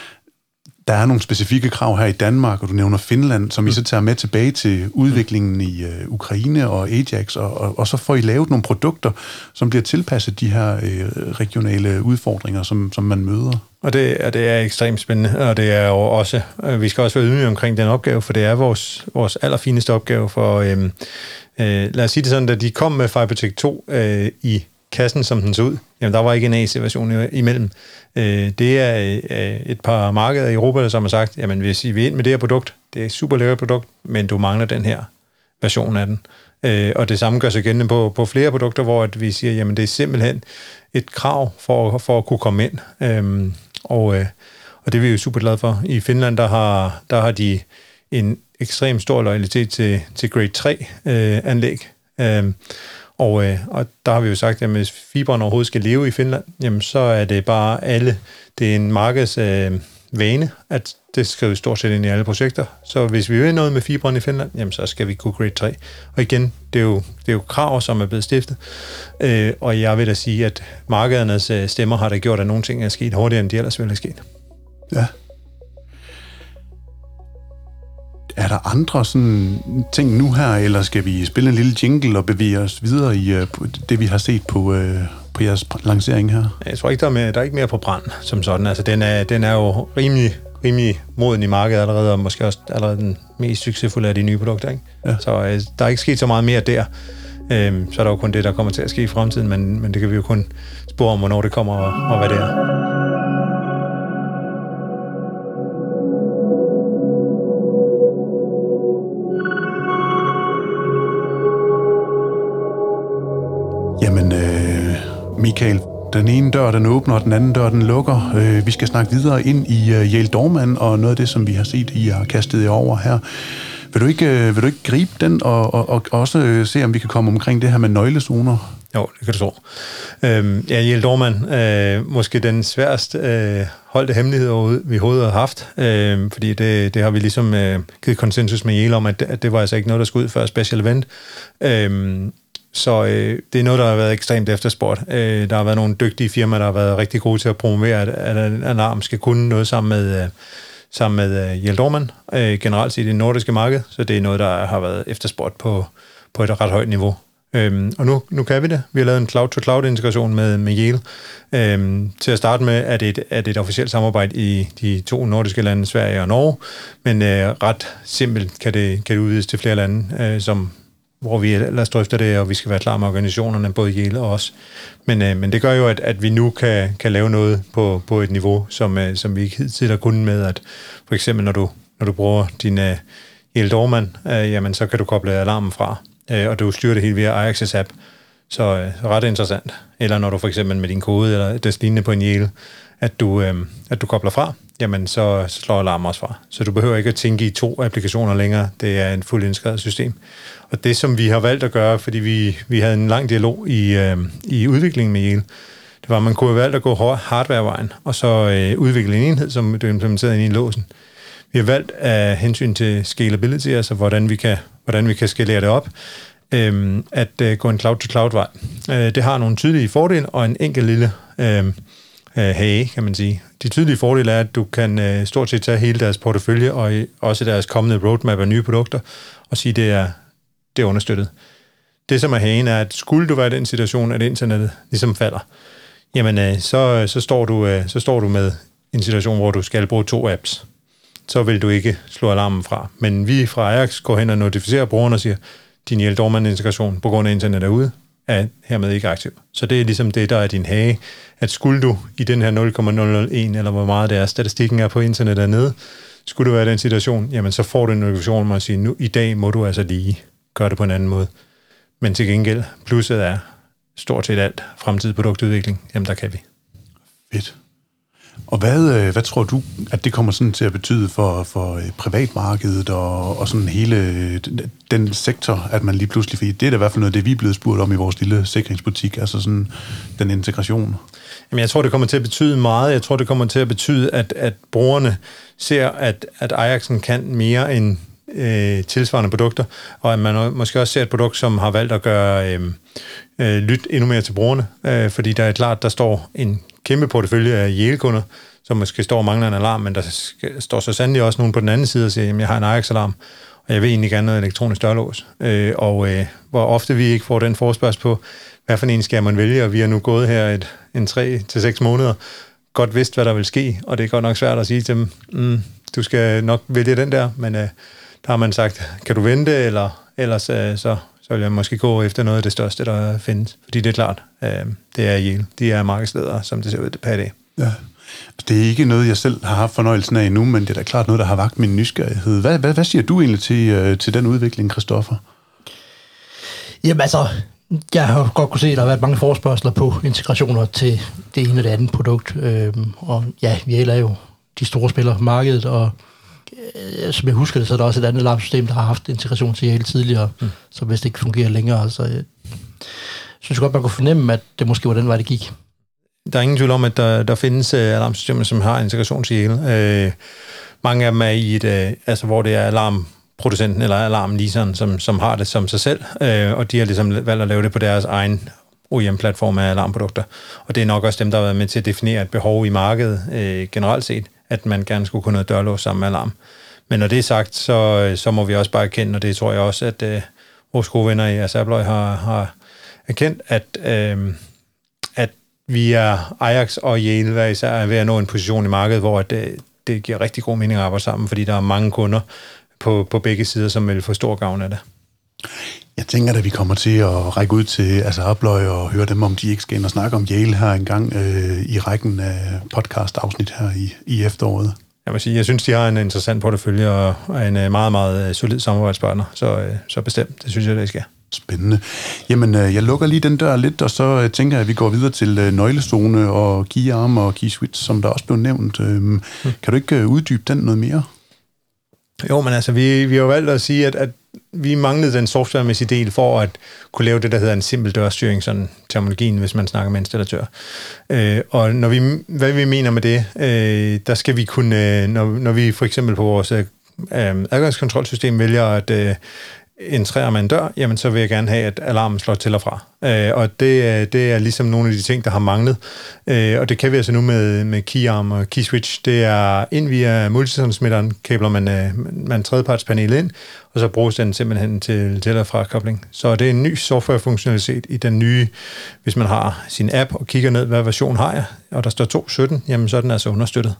der er nogle specifikke krav her i Danmark, og du nævner Finland, som I så tager med tilbage til udviklingen i øh, Ukraine og Ajax, og, og, og så får I lavet nogle produkter, som bliver tilpasset de her øh, regionale udfordringer, som, som man møder. Og det, og det er ekstremt spændende, og det er jo også, vi skal også være ydmyge omkring den opgave, for det er vores, vores allerfineste opgave for, øh, øh, lad os sige det sådan, da de kom med Fireprotect to øh, i kassen, som den så ud, jamen der var ikke en A C-version imellem. Øh, det er øh, et par markeder i Europa, som har sagt, jamen hvis I vil ind med det her produkt, det er et super lækkert produkt, men du mangler den her version af den. Øh, og det samme gør sig gældende på, på flere produkter, hvor at vi siger, jamen det er simpelthen et krav for, for at kunne komme ind. Øh, og, øh, og det er vi jo super glade for. I Finland, der har, der har de en ekstremt stor loyalitet til, til Grade tre øh, anlæg. Øh, Og, øh, og der har vi jo sagt, at hvis fiberen overhovedet skal leve i Finland, jamen så er det bare alle, det er en markeds øh, vane, at det skal jo stort set ind i alle projekter. Så hvis vi vil noget med fiberen i Finland, jamen så skal vi kunne Grade tre. Og igen, det er jo, det er jo krav, som er blevet stiftet. Øh, og jeg vil da sige, at markedernes øh, stemmer har da gjort, at nogle ting er sket hurtigere, end de ellers ville have sket. Ja. Er der andre sådan ting nu her, eller skal vi spille en lille jingle og bevæge os videre i uh, det, vi har set på, uh, på jeres lancering her? Jeg tror ikke, der er, mere, der er ikke mere på brand som sådan. Altså, den er, den er jo rimelig, rimelig moden i markedet allerede, og måske også allerede den mest succesfulde af de nye produkter. Ikke? Ja. Så uh, der er ikke sket så meget mere der. Um, så er der jo kun det, der kommer til at ske i fremtiden, men, men det kan vi jo kun spore om, hvornår det kommer, og, og hvad det er. Jamen, øh, Michael, den ene dør, den åbner, og den anden dør, den lukker. Øh, vi skal snakke videre ind i uh, Yale Doorman, og noget af det, som vi har set, I har kastet jer over her. Vil du ikke, øh, vil du ikke gribe den, og, og, og også øh, se, om vi kan komme omkring det her med nøglezoner? Jo, det kan du tro. Øhm, ja, Yale Doorman, øh, måske den sværest øh, holdte hemmelighed, vi overhovedet har haft, øh, fordi det, det har vi ligesom øh, givet konsensus med Yale om, at det, at det var altså ikke noget, der skulle ud før special event. Øh, Så øh, det er noget, der har været ekstremt efterspurgt. Øh, der har været nogle dygtige firmaer, der har været rigtig gode til at promovere, at, at en alarm skal kunne noget sammen med, øh, sammen med øh, Yale Doorman, øh, generelt set i det nordiske marked, så det er noget, der har været efterspurgt på, på et ret højt niveau. Øhm, og nu, nu kan vi det. Vi har lavet en cloud-to-cloud-integration med, med Yale. Øhm, til at starte med er det, et, er det et officielt samarbejde i de to nordiske lande, Sverige og Norge, men øh, ret simpelt kan det, kan det udvides til flere lande, øh, som hvor vi ellers drøfter det, og vi skal være klar med organisationerne, både Yale og os. Men, øh, men det gør jo, at, at vi nu kan, kan lave noget på, på et niveau, som, øh, som vi ikke hidtil har kunnet med, at for eksempel, når du, når du bruger din øh, Yale Doorman, øh, jamen så kan du koble alarmen fra. øh, og du styrer det hele via Ajax' app. Så, øh, så ret interessant. Eller når du for eksempel med din kode eller det lignende på en Yale, at du, øh, at du kobler fra, jamen så, så slår alarmen også fra. Så du behøver ikke at tænke i to applikationer længere. Det er en fuldt indskrevet system. Og det, som vi har valgt at gøre, fordi vi, vi havde en lang dialog i, øh, i udviklingen med Yale, det var, at man kunne have valgt at gå hardwarevejen, og så øh, udvikle en enhed, som du implementerede ind i låsen. Vi har valgt af hensyn til scalability, altså hvordan vi kan, hvordan vi kan skalere det op, øh, at øh, gå en cloud-to-cloud-vej. Øh, det har nogle tydelige fordele, og en enkelt lille øh, hage, kan man sige. De tydelige fordele er, at du kan øh, stort set tage hele deres portefølje, og i, også deres kommende roadmap af nye produkter, og sige, det er, det er understøttet. Det, som er hagen, er, at skulle du være i den situation, at internettet ligesom falder, jamen øh, så, så, står du, øh, så står du med en situation, hvor du skal bruge to apps. Så vil du ikke slå alarmen fra. Men vi fra Ajax går hen og notificerer brugeren og siger, din Yale Dorman-integration på grund af internet derude er hermed ikke aktiv. Så det er ligesom det, der er din hage, at skulle du i den her nul komma nul nul en, eller hvor meget det er, statistikken er på internet dernede, skulle du være i den situation, jamen så får du en notifikation om at sige, nu i dag må du altså lige gøre det på en anden måde. Men til gengæld, plusset er stort set alt fremtidig produktudvikling, jamen der kan vi. Fedt. Og hvad, hvad tror du, at det kommer sådan til at betyde for, for privatmarkedet og, og sådan hele den sektor, at man lige pludselig, fordi det er da i hvert fald noget, det vi er blevet spurgt om i vores lille sikringsbutik, altså sådan den integration. Jamen jeg tror, det kommer til at betyde meget. Jeg tror, det kommer til at betyde, at, at brugerne ser, at, at Ajaxen kan mere end øh, tilsvarende produkter, og at man måske også ser et produkt, som har valgt at gøre øh, øh, lyt endnu mere til brugerne, øh, fordi der er klart, der står en kæmpe portefølje af Yale-kunder, som måske står og mangler en alarm, men der skal, står så sandelig også nogen på den anden side og siger, jamen jeg har en Ajax-alarm, og jeg vil egentlig gerne noget elektronisk dørlås. Øh, og øh, hvor ofte vi ikke får den forespørgsel på, hvad for en skal man vælge, og vi har nu gået her et, en tre til seks måneder, godt vidst, hvad der vil ske, og det er godt nok svært at sige til dem, mm, du skal nok vælge den der, men øh, der har man sagt, kan du vente, eller ellers øh, så, så vil jeg måske gå efter noget af det største, der findes. Fordi det er klart, øh, det er Yale. De er markedsledere, som det ser ud per dag. Ja. Det er ikke noget, jeg selv har haft fornøjelsen af endnu, men det er da klart noget, der har vakt min nysgerrighed. Hvad, hvad, hvad siger du egentlig til, øh, til den udvikling, Christoffer? Jamen altså, jeg har godt kunne se, at der har været mange forespørgsler på integrationer til det ene og det andet produkt. Øhm, og ja, Yale er jo de store spillere på markedet, og øh, som jeg husker det, så er der også et andet alarmsystem, der har haft integration til Yale tidligere, mm. som vist ikke fungerer længere. Så jeg synes godt, man kunne fornemme, at det måske var den vej, det gik. Der er ingen tvivl om, at der, der findes uh, alarmsystemer, som har integration til Yale. Uh, mange af dem er i et, uh, altså hvor det er alarmproducenten eller alarmleaseren, som, som har det som sig selv, uh, og de har ligesom valgt at lave det på deres egen O E M-platform af alarmprodukter. Og det er nok også dem, der har været med til at definere et behov i markedet uh, generelt set, at man gerne skulle kunne have dørlås sammen med alarm. Men når det er sagt, så, så må vi også bare erkende, og det tror jeg også, at uh, vores gode venner i Asabloy har, har erkendt, at uh, at vi er Ajax og Yale hver især er ved at nå en position i markedet, hvor det, det giver rigtig god mening at arbejde sammen, fordi der er mange kunder på, på begge sider, som vil få stor gavn af det. Jeg tænker, at vi kommer til at række ud til Asabloy og høre dem, om de ikke skal ind og snakke om Yale her engang øh, i rækken af podcast-afsnit her i, i efteråret. Jeg vil sige, jeg synes, de har en interessant portefølje og en meget, meget solid samarbejdspartner, så, så bestemt, det synes jeg, det skal. Spændende. Jamen, jeg lukker lige den dør lidt, og så tænker jeg, at vi går videre til nøglezone og keyarm og keyswitch, som der også blev nævnt. Hmm. Kan du ikke uddybe den noget mere? Jo, men altså, vi, vi har valgt at sige, at, at vi manglede den softwaremæssige del for at kunne lave det, der hedder en simpel dørstyring, sådan terminologien, hvis man snakker med installatør. Øh, og når vi, hvad vi mener med det, øh, der skal vi kunne, når, når vi for eksempel på vores øh, adgangskontrolsystem vælger at øh, entrerer man en dør, jamen så vil jeg gerne have, at alarmen slår til og fra. Øh, og det, det er ligesom nogle af de ting, der har manglet. Øh, og det kan vi altså nu med, med keyarm og keyswitch. Det er ind via multitransmitteren, kabler man, man tredjepartspanel ind, og så bruges den simpelthen til til og fra kobling. Så det er en ny softwarefunktionalitet i den nye, hvis man har sin app og kigger ned, hvad version har jeg, og der står to punkt sytten, jamen så er den altså understøttet.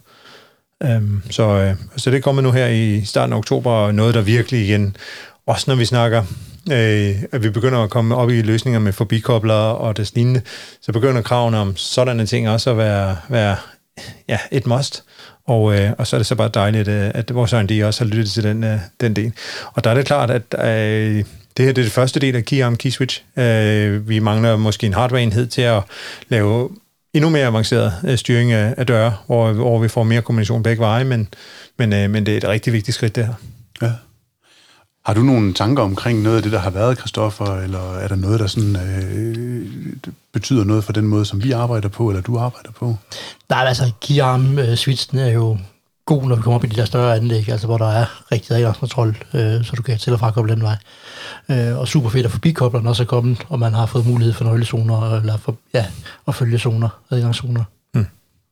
Um, så, uh, så det kommer nu her i starten af oktober, og noget, der virkelig igen, også når vi snakker, øh, at vi begynder at komme op i løsninger med forbikoblere og det lignende, så begynder kravene om sådanne ting også at være, være ja, et must. Og, øh, og så er det så bare dejligt, at, at vores R and D også har lyttet til den, øh, den del. Og der er det klart, at øh, det her det er det første del af keyarm key switch. Øh, vi mangler måske en hardwareenhed til at lave endnu mere avanceret øh, styring af, af døre, hvor, hvor vi får mere kommunikation begge veje, men, men, øh, men det er et rigtig vigtigt skridt, det her. Ja. Har du nogle tanker omkring noget af det, der har været, Christoffer, eller er der noget, der sådan, øh, betyder noget for den måde, som vi arbejder på, eller du arbejder på? Nej, altså keyarm-switchen er jo god, når vi kommer op i de der større anlæg, altså hvor der er rigtig adgangskontrol, øh, så du kan til og fra koble den vej. Øh, og super fedt, at forbikobleren også er kommet, og man har fået mulighed for nøglezoner, eller for, ja, at følge zoner, adgangszoner. Hmm.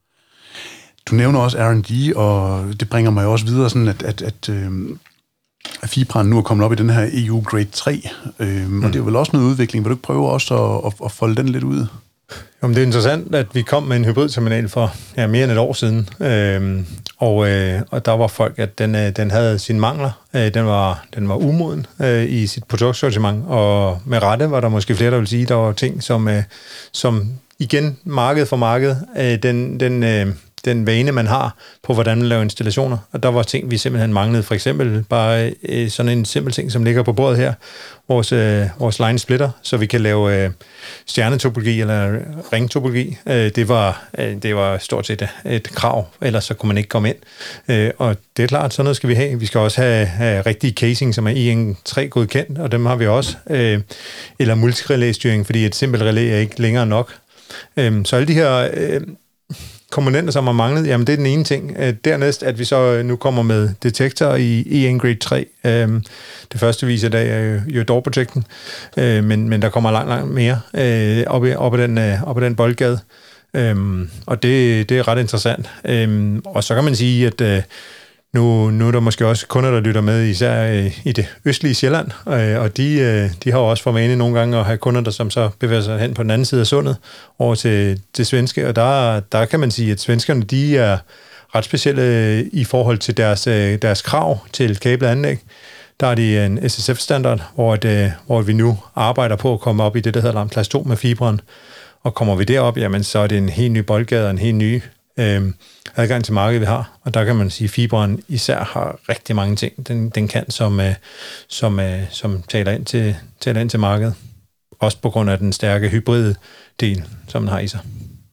Du nævner også R and D, og det bringer mig også videre, sådan at, at, at, øh, at Fibran nu er kommet op i den her E U Grade tre, øh, hmm. og det er vel også noget udvikling. Vil du ikke prøve også at, at, at folde den lidt ud? Jo, det er interessant, at vi kom med en hybridterminal for ja, mere end et år siden, øhm, og, øh, og der var folk, at den, øh, den havde sine mangler. Øh, den, var, den var umoden øh, i sit produktsortiment, og med rette var der måske flere, der vil sige, der var ting, som, øh, som igen, marked for marked, øh, den, den, øh, den vane, man har på, hvordan man laver installationer. Og der var ting, vi simpelthen manglede. For eksempel bare øh, sådan en simpel ting, som ligger på bordet her, vores, øh, vores line splitter, så vi kan lave øh, stjernetopologi eller ringtopologi. Øh, det, var, øh, det var stort set et, et krav, ellers så kunne man ikke komme ind. Øh, og det er klart, sådan noget skal vi have. Vi skal også have, have rigtige casing, som er I N tre godkendt, og dem har vi også. Øh, eller multirelæstyring, fordi et simpelt relæ er ikke længere nok. Øh, så alle de her øh, komponenter, som har manglet, jamen det er den ene ting. Dernæst, at vi så nu kommer med detektor i E N Grade tre. Det første viser i dag er jo door protecten, men, men der kommer langt, langt mere op i, op i den, op i den boldgade. Og det, det er ret interessant. Og så kan man sige, at Nu, nu er der måske også kunder, der lytter med, især øh, i det østlige Sjælland, øh, og de, øh, de har også for vane nogle gange at have kunder, der som så bevæger sig hen på den anden side af sundet, over til det svenske, og der, der kan man sige, at svenskerne, de er ret specielle i forhold til deres, deres krav til kabelanlæg. Der er de en S S F-standard, hvor, det, hvor vi nu arbejder på at komme op i det, der hedder Lamklasse to med Fibran, og kommer vi derop, jamen så er det en helt ny boldgade og en helt ny øh, adgang til markedet, vi har. Og der kan man sige, at Fibran især har rigtig mange ting, den, den kan, som, øh, som, øh, som taler, ind til, taler ind til markedet. Også på grund af den stærke hybride del, som den har i sig.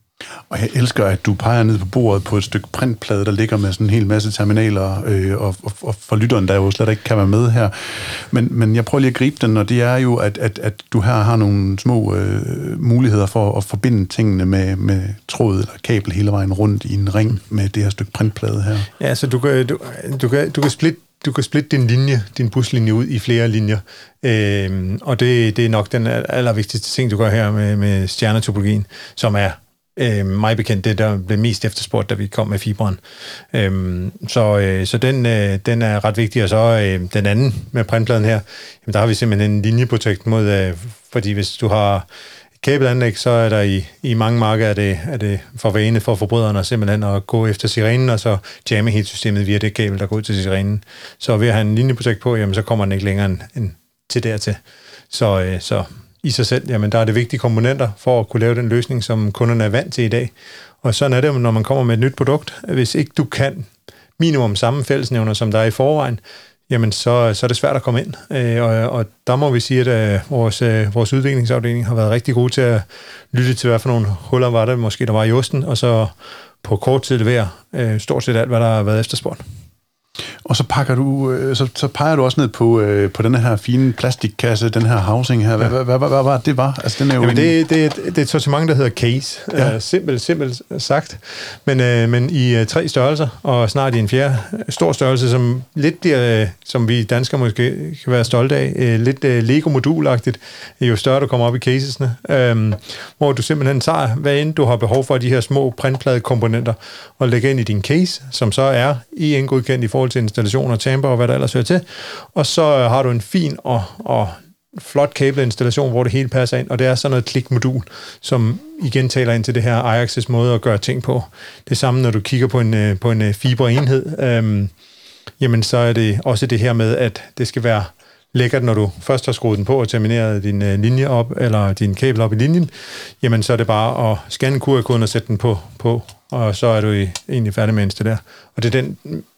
Og jeg elsker, at du peger ned på bordet på et stykke printplade, der ligger med sådan en hel masse terminaler, øh, og, og, og for lytteren, der jo slet ikke kan være med her. Men, men jeg prøver lige at gribe den, og det er jo, at, at, at du her har nogle små øh, muligheder for at forbinde tingene med, med tråd eller kabel hele vejen rundt i en ring med det her stykke printplade her. Ja, så du kan, du, du kan, du kan splitte Du kan splitte din linje, din buslinje ud i flere linjer, øhm, og det, det er nok den allervigtigste ting, du gør her med, med stjernetopologien, som er øh, mig bekendt det, der blev mest efterspurgt, da vi kom med Fibran. Øhm, så øh, så den, øh, den er ret vigtig, og så øh, den anden med printpladen her, jamen, der har vi simpelthen en linjeprotekt mod, øh, fordi hvis du har kabelanlæg, så er der i, i mange markeder, er det, er det for vane for forbryderne simpelthen at gå efter sirenen, og så jamme hele systemet via det kabel, der går ud til sirenen. Så ved at have en linjeprojekt på, jamen, så kommer den ikke længere end, end til dertil. Så, øh, så i sig selv, jamen, der er det vigtige komponenter for at kunne lave den løsning, som kunderne er vant til i dag. Og sådan er det, når man kommer med et nyt produkt. Hvis ikke du kan minimum samme fællesnævner, som der er i forvejen, jamen så, så er det svært at komme ind. Øh, og, og der må vi sige, at øh, vores, øh, vores udviklingsafdeling har været rigtig gode til at lytte til, hvad for nogle huller var der måske, der var i osten, og så på kort tid levere øh, stort set alt, hvad der har været efterspurgt. Og så pakker du, så, så peger du også ned på, øh, på denne her fine plastikkasse, den her housing her. Hvad, ja. hvad, hvad, hvad var det var? Altså, den er jo Jamen, en... det, det, det er et sortiment, der hedder Case. Ja. Uh, simpelt, simpelt sagt. Men, uh, men i uh, tre størrelser, og snart i en fjerde stor størrelse, som lidt bliver, uh, som vi danskere måske kan være stolte af, uh, lidt uh, Lego-modulagtigt, jo større du kommer op i casesne, um, hvor du simpelthen tager, hvad end du har behov for, de her små printpladekomponenter, og lægger ind i din case, som så er i indgodkendt i forhold til installationer, chamber og hvad der ellers hører til. Og så har du en fin og, og flot kabelinstallation, hvor det hele passer ind, og det er sådan noget klikmodul, som igen taler ind til det her Ajax's måde at gøre ting på. Det samme, når du kigger på en, på en fiberenhed, øhm, jamen så er det også det her med, at det skal være lækkert, når du først har skruet den på og termineret din uh, linje op, eller din kabel op i linjen, jamen så er det bare at scanne Q R-koden og sætte den på, på og så er du i, egentlig færdig med at installere. Og det er den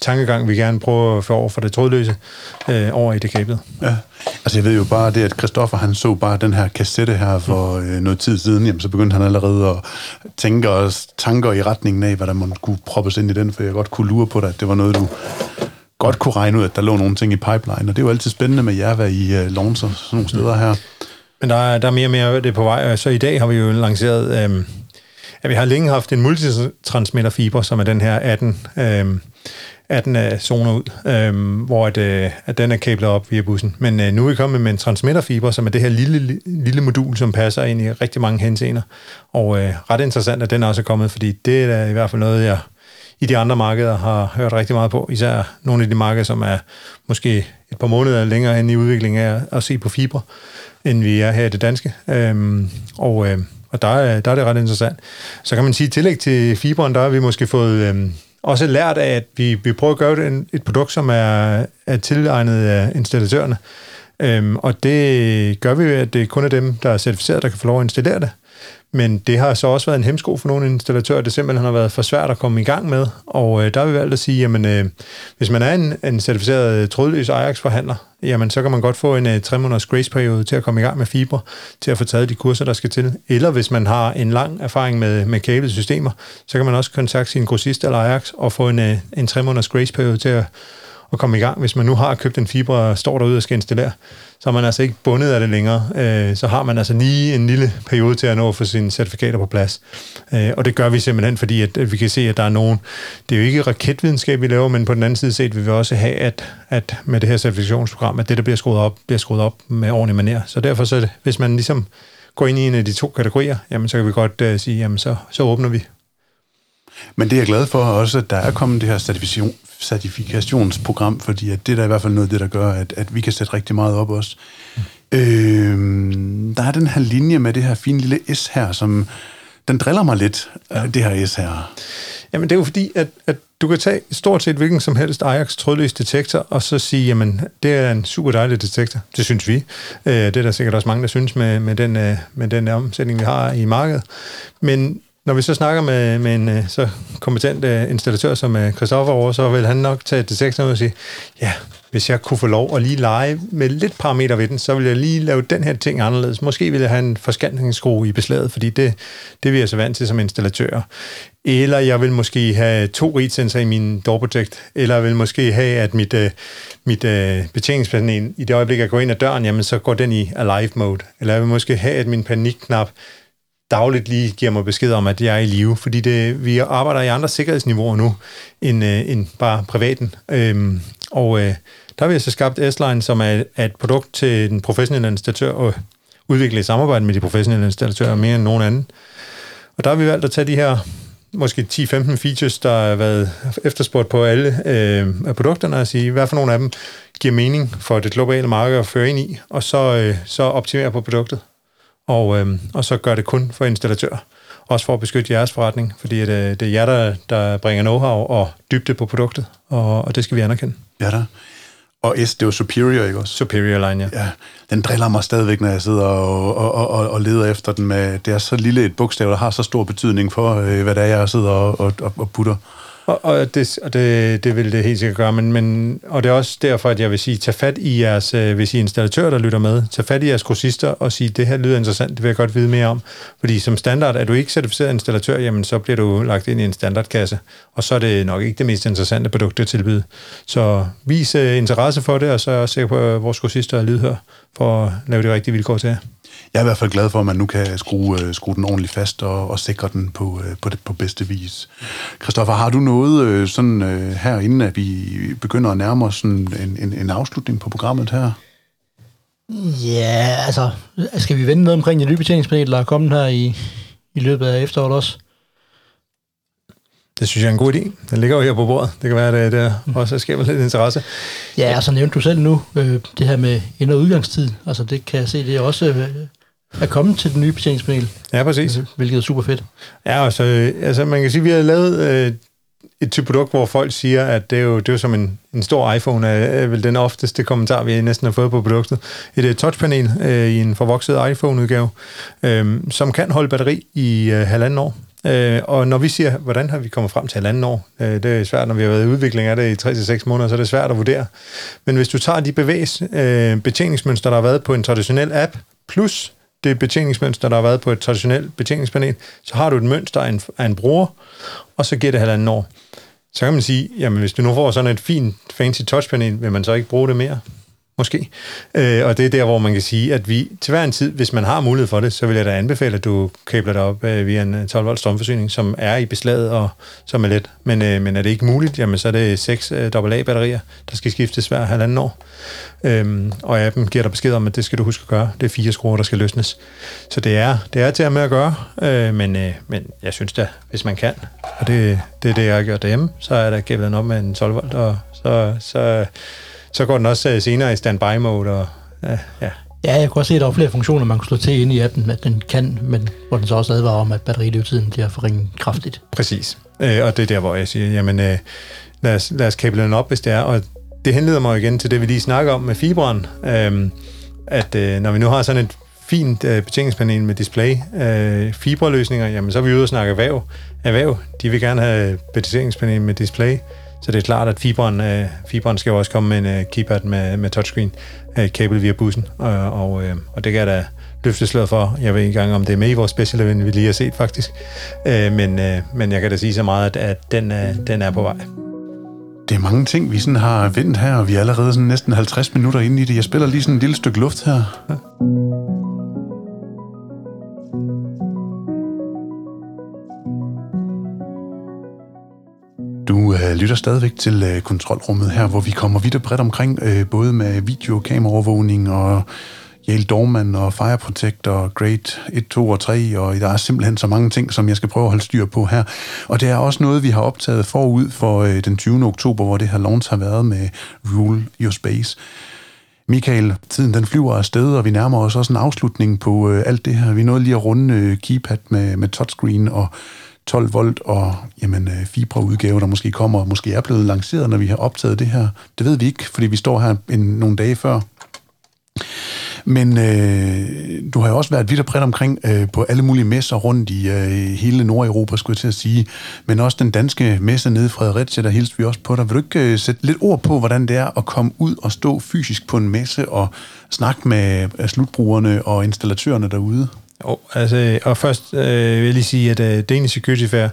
tankegang, vi gerne prøver at få over for det trådløse øh, over i det kablet. Ja, altså jeg ved jo bare det, at Christoffer, han så bare den her kassette her for øh, noget tid siden, jamen så begyndte han allerede at tænke os tanker i retningen af, hvad der måtte kunne proppes ind i den, for jeg godt kunne lure på dig, at det var noget, du godt kunne regne ud, at der lå nogle ting i pipeline, og det er jo altid spændende med jer, hvad I øh, launcher sådan nogle steder her. Men der er, der er mere og mere det på vej, og så i dag har vi jo lanceret, øh, ja, vi har længe haft en multitransmitterfiber, som er den her atten, øh, atten zoner ud, øh, hvor at, øh, at den er kablet op via bussen. Men øh, nu er vi kommet med en transmitterfiber, som er det her lille, lille modul, som passer ind i rigtig mange henseender. Og øh, ret interessant, at den også er kommet, fordi det er i hvert fald noget, jeg i de andre markeder har hørt rigtig meget på. Især nogle af de markeder, som er måske et par måneder længere hen i udviklingen af at se på fiber, end vi er her i det danske. Øh, og øh, og der er, der er det ret interessant. Så kan man sige, at tillæg til fiberen, der har vi måske fået... Øh, også lært af, at vi, vi prøver at gøre det en, et produkt, som er, er tilegnet af installatørerne. Øhm, og det gør vi jo, at det kun er dem, der er certificeret, der kan få lov at installere det. Men det har så også været en hemsko for nogle installatører, det simpelthen har været for svært at komme i gang med. Og øh, der har vi valgt at sige, jamen øh, hvis man er en, en certificeret trådløs Ajax-forhandler, jamen så kan man godt få en øh, tre måneders grace-periode til at komme i gang med fiber, til at få taget de kurser, der skal til. Eller hvis man har en lang erfaring med, med kablede systemer, så kan man også kontakte sin grossist eller Ajax og få en, øh, en tre måneders grace-periode til at at komme i gang. Hvis man nu har købt en fiber og står derude og skal installere, så er man altså ikke bundet af det længere. Øh, så har man altså lige en lille periode til at nå at få sine certifikater på plads. Øh, og det gør vi simpelthen, fordi at, at vi kan se, at der er nogen... Det er jo ikke raketvidenskab, vi laver, men på den anden side set vil vi også have, at, at med det her certifikationsprogram, at det, der bliver skruet op, bliver skruet op med ordentlig manér. Så derfor, så det, hvis man ligesom går ind i en af de to kategorier, jamen så kan vi godt uh, sige, jamen så, så åbner vi. Men det er jeg glad for også, at der er kommet det her certifikation, certifikationsprogram, fordi at det er der i hvert fald noget af det, der gør, at, at vi kan sætte rigtig meget op også. Mm. Øh, der er den her linje med det her fine lille S her, som den driller mig lidt, ja. Det her S her. Jamen det er jo fordi, at, at du kan tage stort set hvilken som helst Ajax trådløs detektor, og så sige, jamen det er en super dejlig detektor. Det synes vi. Øh, det er der sikkert også mange, der synes med, med, den, med den omsætning, vi har i markedet. Men når vi så snakker med, med en så kompetent uh, installatør som uh, Christoffer over, så vil han nok tage detektoren og sige, ja, hvis jeg kunne få lov at lige lege med lidt parametre ved den, så vil jeg lige lave den her ting anderledes. Måske vil jeg have en forskanningsskrue i beslaget, fordi det, det vil jeg så vant til som installatør. Eller jeg vil måske have to read-sensorer i min door protect, eller jeg vil måske have, at mit, uh, mit uh, betjeningspanel, i det øjeblik, jeg går ind ad døren, jamen så går den i alive mode. Eller jeg vil måske have, at min panikknap dagligt lige giver mig besked om, at jeg er i live, fordi det, vi arbejder i andre sikkerhedsniveauer nu, end, øh, end bare privaten. Øhm, og øh, der har vi så skabt S-Line, som er, er et produkt til den professionelle installatør, og udvikle et samarbejde med de professionelle installatører mere end nogen anden. Og der har vi valgt at tage de her måske ti til femten features, der har været efterspurgt på alle øh, af produkterne, og sige, hvad for nogle af dem giver mening for det globale marked at føre ind i, og så, øh, så optimere på produktet. Og, øhm, og så gør det kun for installatør. Også for at beskytte jeres forretning, fordi det, det er jer, der, der bringer know-how og dybde på produktet, og, og det skal vi anerkende. Ja da. Og S, det er jo Superior, ikke også? Superior line, ja. Ja, den driller mig stadigvæk, når jeg sidder og, og, og, og leder efter den med, det er så lille et bogstav, der har så stor betydning for, øh, hvad det er, jeg sidder og, og, og putter. Og, og, det, og det, det vil det helt sikkert gøre, men, men, og det er også derfor, at jeg vil sige, tag fat i jeres, hvis I installatører, der lytter med, tag fat i jeres grossister og sige, det her lyder interessant, det vil jeg godt vide mere om. Fordi som standard, er du ikke certificeret installatør, jamen så bliver du lagt ind i en standardkasse, og så er det nok ikke det mest interessante produkt at tilbyde. Så vis uh, interesse for det, og så er jeg også sikker på, at vores grossister er lydhør for at lave de rigtige vilkår til jer. Jeg er i hvert fald glad for, at man nu kan skrue, skrue den ordentligt fast og, og sikre den på, på, det, på bedste vis. Christoffer, har du noget sådan her, inden at vi begynder at nærme os sådan en, en, en afslutning på programmet her? Ja, altså, skal vi vende noget omkring det nye betjeningspanel, der er kommet her i, i løbet af efteråret også? Det synes jeg er en god idé. Den ligger jo her på bordet. Det kan være, at det også skaber lidt interesse. Ja, altså nævnte du selv nu, øh, det her med ind- og udgangstid. Altså det kan jeg se, det er også øh, er kommet til den nye betjeningspanel. Ja, præcis. Hvilket er super fedt. Ja, og så, altså man kan sige, at vi har lavet øh, et type produkt, hvor folk siger, at det er jo, det er jo som en, en stor iPhone, er vel den ofteste kommentar, vi næsten har fået på produktet. Et uh, touchpanel øh, i en forvokset iPhone-udgave, øh, som kan holde batteri i øh, halvanden år. Øh, og når vi siger, hvordan har vi kommet frem til halvanden år, øh, det er svært, når vi har været i udvikling af det i tre til seks måneder, så er det svært at vurdere. Men hvis du tager de bevægs, øh, betjeningsmønstre, der har været på en traditionel app, plus det betjeningsmønster, der har været på et traditionelt betjeningspanel, så har du et mønster af en, af en bruger, og så giver det halvanden år. Så kan man sige, jamen hvis du nu får sådan et fint, fancy touchpanel, vil man så ikke bruge det mere? Måske. Øh, og det er der, hvor man kan sige, at vi til hver en tid, hvis man har mulighed for det, så vil jeg da anbefale, at du kabler det op øh, via en tolv volt strømforsyning, som er i beslaget og som er let. Men, øh, men er det ikke muligt, jamen så er det seks øh, A A-batterier, der skal skiftes hver halvanden år. Øhm, og appen giver dig besked om, at det skal du huske at gøre. Det er fire skruer, der skal løsnes. Så det er, det er til at med at gøre, øh, men, øh, men jeg synes da, hvis man kan, og det, det er det, jeg har gjort derhjemme, så er der kablet den op med en tolv volt, og så... så Så går den også senere i standby-mode, og ja, ja. Ja, jeg kunne også se, at der var flere funktioner, man kunne slå til inde i appen, at den kan, men hvor den så også advarer om, at batteriløbetiden bliver forringet kraftigt. Præcis. Øh, og det er der, hvor jeg siger, jamen øh, lad os, lad os kable den op, hvis det er. Og det henleder mig igen til det, vi lige snakker om med fiberen, øh, at øh, når vi nu har sådan et fint øh, betjeningspanel med display, øh, fiberløsninger, jamen så er vi ude og snakke erhverv. Erhverv, de vil gerne have betjeningspanel med display. Så det er klart, at fiberen, øh, fiberen skal jo også komme med en øh, keypad med, med touchscreen, øh, kabel via bussen, og, og, øh, og det kan jeg da løfte sløret for. Jeg ved ikke engang, om det er med i vores special event, vi lige har set faktisk. Øh, men, øh, men jeg kan da sige så meget, at, at den, øh, den er på vej. Det er mange ting, vi sådan har vendt her, og vi er allerede sådan næsten halvtreds minutter inde i det. Jeg spiller lige sådan et lille stykke luft her. Ja. Du øh, lytter stadigvæk til øh, kontrolrummet her, hvor vi kommer vidt og bredt omkring, øh, både med video- og kameraovervågning og Yale Dorman og Fire Protect og Grade et, to og tre, og der er simpelthen så mange ting, som jeg skal prøve at holde styr på her. Og det er også noget, vi har optaget forud for øh, den tyvende oktober, hvor det her launch har været med Rule Your Space. Michael, tiden den flyver afsted, og vi nærmer os også en afslutning på øh, alt det her. Vi nåede lige at runde øh, keypad med, med touchscreen og tolv volt og jamen, fiberudgave, der måske kommer og måske er blevet lanceret, når vi har optaget det her. Det ved vi ikke, fordi vi står her en, nogle dage før. Men øh, du har jo også været vidt og bredt omkring øh, på alle mulige messer rundt i øh, hele Nordeuropa, skulle jeg til at sige. Men også den danske messe nede i Fredericia, der hilste vi også på dig. Vil du ikke øh, sætte lidt ord på, hvordan det er at komme ud og stå fysisk på en messe og snakke med øh, slutbrugerne og installatørerne derude? Jo, altså, og først øh, vil jeg lige sige, at øh, Danish Security Fair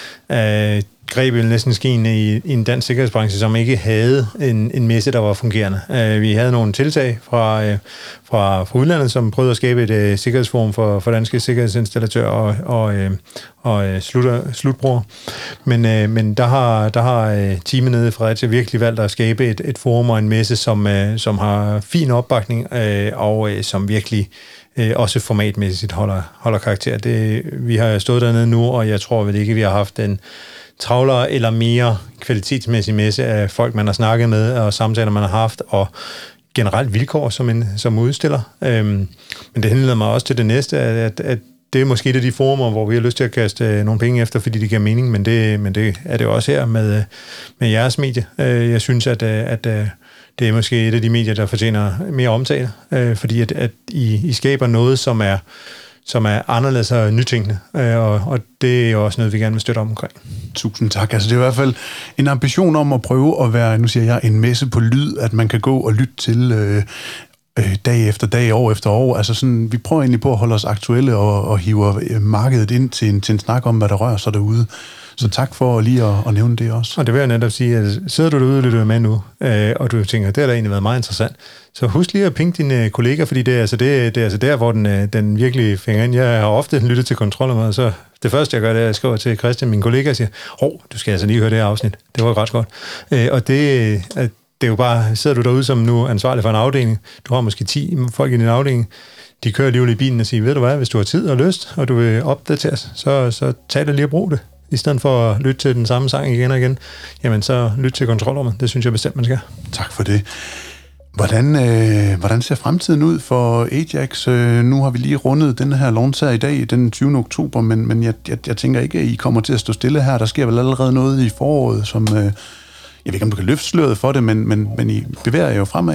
øh, greb jo næsten skien i, i en dansk sikkerhedsbranche, som ikke havde en, en messe, der var fungerende. Øh, vi havde nogle tiltag fra, øh, fra, fra udlandet, som prøvede at skabe et øh, sikkerhedsforum for, for danske sikkerhedsinstallatører og, og, øh, og øh, slutter, slutbrugere. Men, øh, men der har, der har øh, teamet nede i Fredericia virkelig valgt at skabe et, et forum og en messe, som, øh, som har fin opbakning øh, og øh, som virkelig Øh, også formatmæssigt holder, holder karakter. Det, vi har stået dernede nu, og jeg tror vel ikke, vi har haft en travlere eller mere kvalitetsmæssig messe af folk, man har snakket med, og samtaler, man har haft, og generelt vilkår som, en, som udstiller. Øhm, men det henleder mig også til det næste, at, at det er måske et af de former, hvor vi har lyst til at kaste nogle penge efter, fordi det giver mening, men det, men det er det også her med, med jeres medie. Jeg synes, at, at, at det er måske et af de medier, der fortjener mere omtale, øh, fordi at, at I, I skaber noget, som er, som er anderledes og nytænkende, øh, og, og det er jo også noget, vi gerne vil støtte om omkring. Tusind tak. Altså, det er i hvert fald en ambition om at prøve at være, nu siger jeg, en messe på lyd, at man kan gå og lytte til øh, øh, dag efter dag, år efter år. Altså sådan, vi prøver egentlig på at holde os aktuelle og, og hiver markedet ind til en, til en snak om, hvad der rører sig derude. Så tak for lige at, at nævne det også. Og det vil jeg netop sige, at sidder du derude og lytter med nu, øh, og du tænker, det har da egentlig været meget interessant, så husk lige at pinge dine kolleger, fordi det er altså, det, det er altså der, hvor den, den virkelig finger ind. Jeg har ofte lyttet til kontrollen, så det første, jeg gør, det er, at jeg skriver til Christian, min kollega, og siger, hov, du skal altså lige høre det her afsnit. Det var ret godt. Øh, og det, det er jo bare, sidder du derude som nu ansvarlig for en afdeling, du har måske ti folk i din afdeling, de kører alligevel i bilen og siger, ved du hvad, hvis du har tid og lyst, og du vil opdateres, så, så tag det lige og brug det. I stedet for at lytte til den samme sang igen og igen, jamen så lyt til kontrolrummet. Det synes jeg bestemt, man skal. Tak for det. Hvordan, øh, hvordan ser fremtiden ud for Ajax? Øh, nu har vi lige rundet den her launch her i dag, den tyvende oktober, men, men jeg, jeg, jeg tænker ikke, at I kommer til at stå stille her. Der sker vel allerede noget i foråret, som... Øh, jeg ved ikke, om du kan løfte sløret for det, men, men, men I bevæger jo fremad.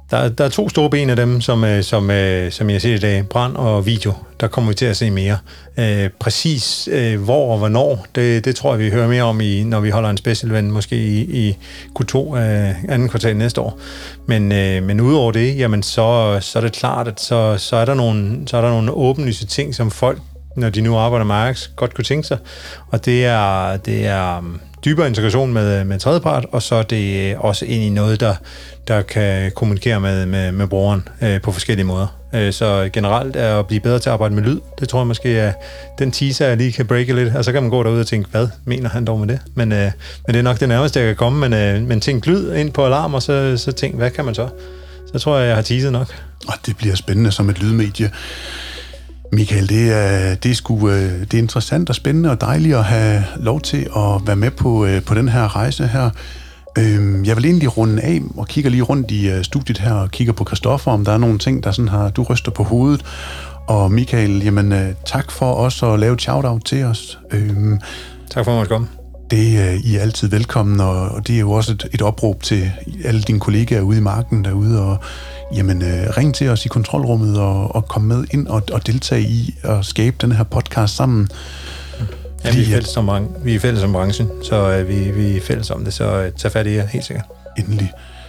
Der, der er to store ben af dem, som, som, som jeg siger i dag, brand og video. Der kommer vi til at se mere. Øh, præcis øh, hvor og hvornår, det, det tror jeg, vi hører mere om, i, når vi holder en special event, måske i, i Q to af anden kvartal næste år. Men, øh, men udover det, jamen så, så er det klart, at så, så, er der nogle, så er der nogle åbenlyse ting, som folk, når de nu arbejder med Ajax, godt kunne tænke sig. Og det er, det er dybere integration med, med tredjepart, og så er det også ind i noget, der, der kan kommunikere med, med, med brugeren øh, på forskellige måder. Øh, så generelt er at blive bedre til at arbejde med lyd, det tror jeg måske er den teaser, jeg lige kan breake lidt, og så kan man gå derud og tænke, hvad mener han dog med det? Men, øh, men det er nok det nærmeste, jeg kan komme, men, øh, men tænk lyd ind på alarm, og så, så tænk, hvad kan man så? Så tror jeg, jeg har teaset nok. Og det bliver spændende som et lydmedie. Michael, det er, det, er sgu, det er interessant og spændende og dejligt at have lov til at være med på, på den her rejse her. Jeg vil egentlig runde af og kigger lige rundt i studiet her og kigger på Christoffer, om der er nogle ting, der sådan har, du ryster på hovedet. Og Michael, jamen tak for også at lave et shout-out til os. Tak for at måtte komme. Det er I er altid velkommen, og det er jo også et, et opråb til alle dine kollegaer ude i marken derude, og jamen, øh, ring til os i kontrolrummet og, og kom med ind og, og deltage i at skabe den her podcast sammen. Ja, vi er fælles som, vi er fælles som branchen, så øh, vi, vi er fælles om det, så øh, tag fat i jer, helt sikkert. Endelig.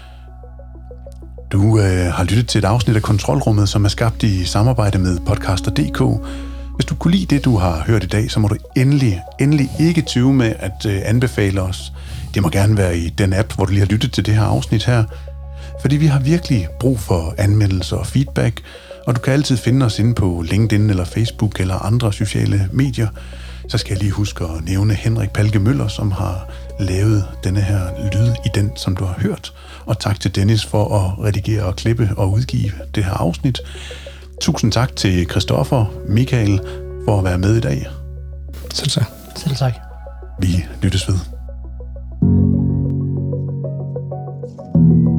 Du øh, har lyttet til et afsnit af Kontrolrummet, som er skabt i samarbejde med podcaster punktum d k. Hvis du kunne lide det, du har hørt i dag, så må du endelig, endelig ikke tøve med at øh, anbefale os. Det må gerne være i den app, hvor du lige har lyttet til det her afsnit her. Fordi vi har virkelig brug for anmeldelser og feedback, og du kan altid finde os inde på LinkedIn eller Facebook eller andre sociale medier. Så skal jeg lige huske at nævne Henrik Palke Møller, som har lavet denne her lyd i den, som du har hørt. Og tak til Dennis for at redigere og klippe og udgive det her afsnit. Tusind tak til Christoffer, Michael, for at være med i dag. Selv tak. Selv tak. Vi lyttes ved.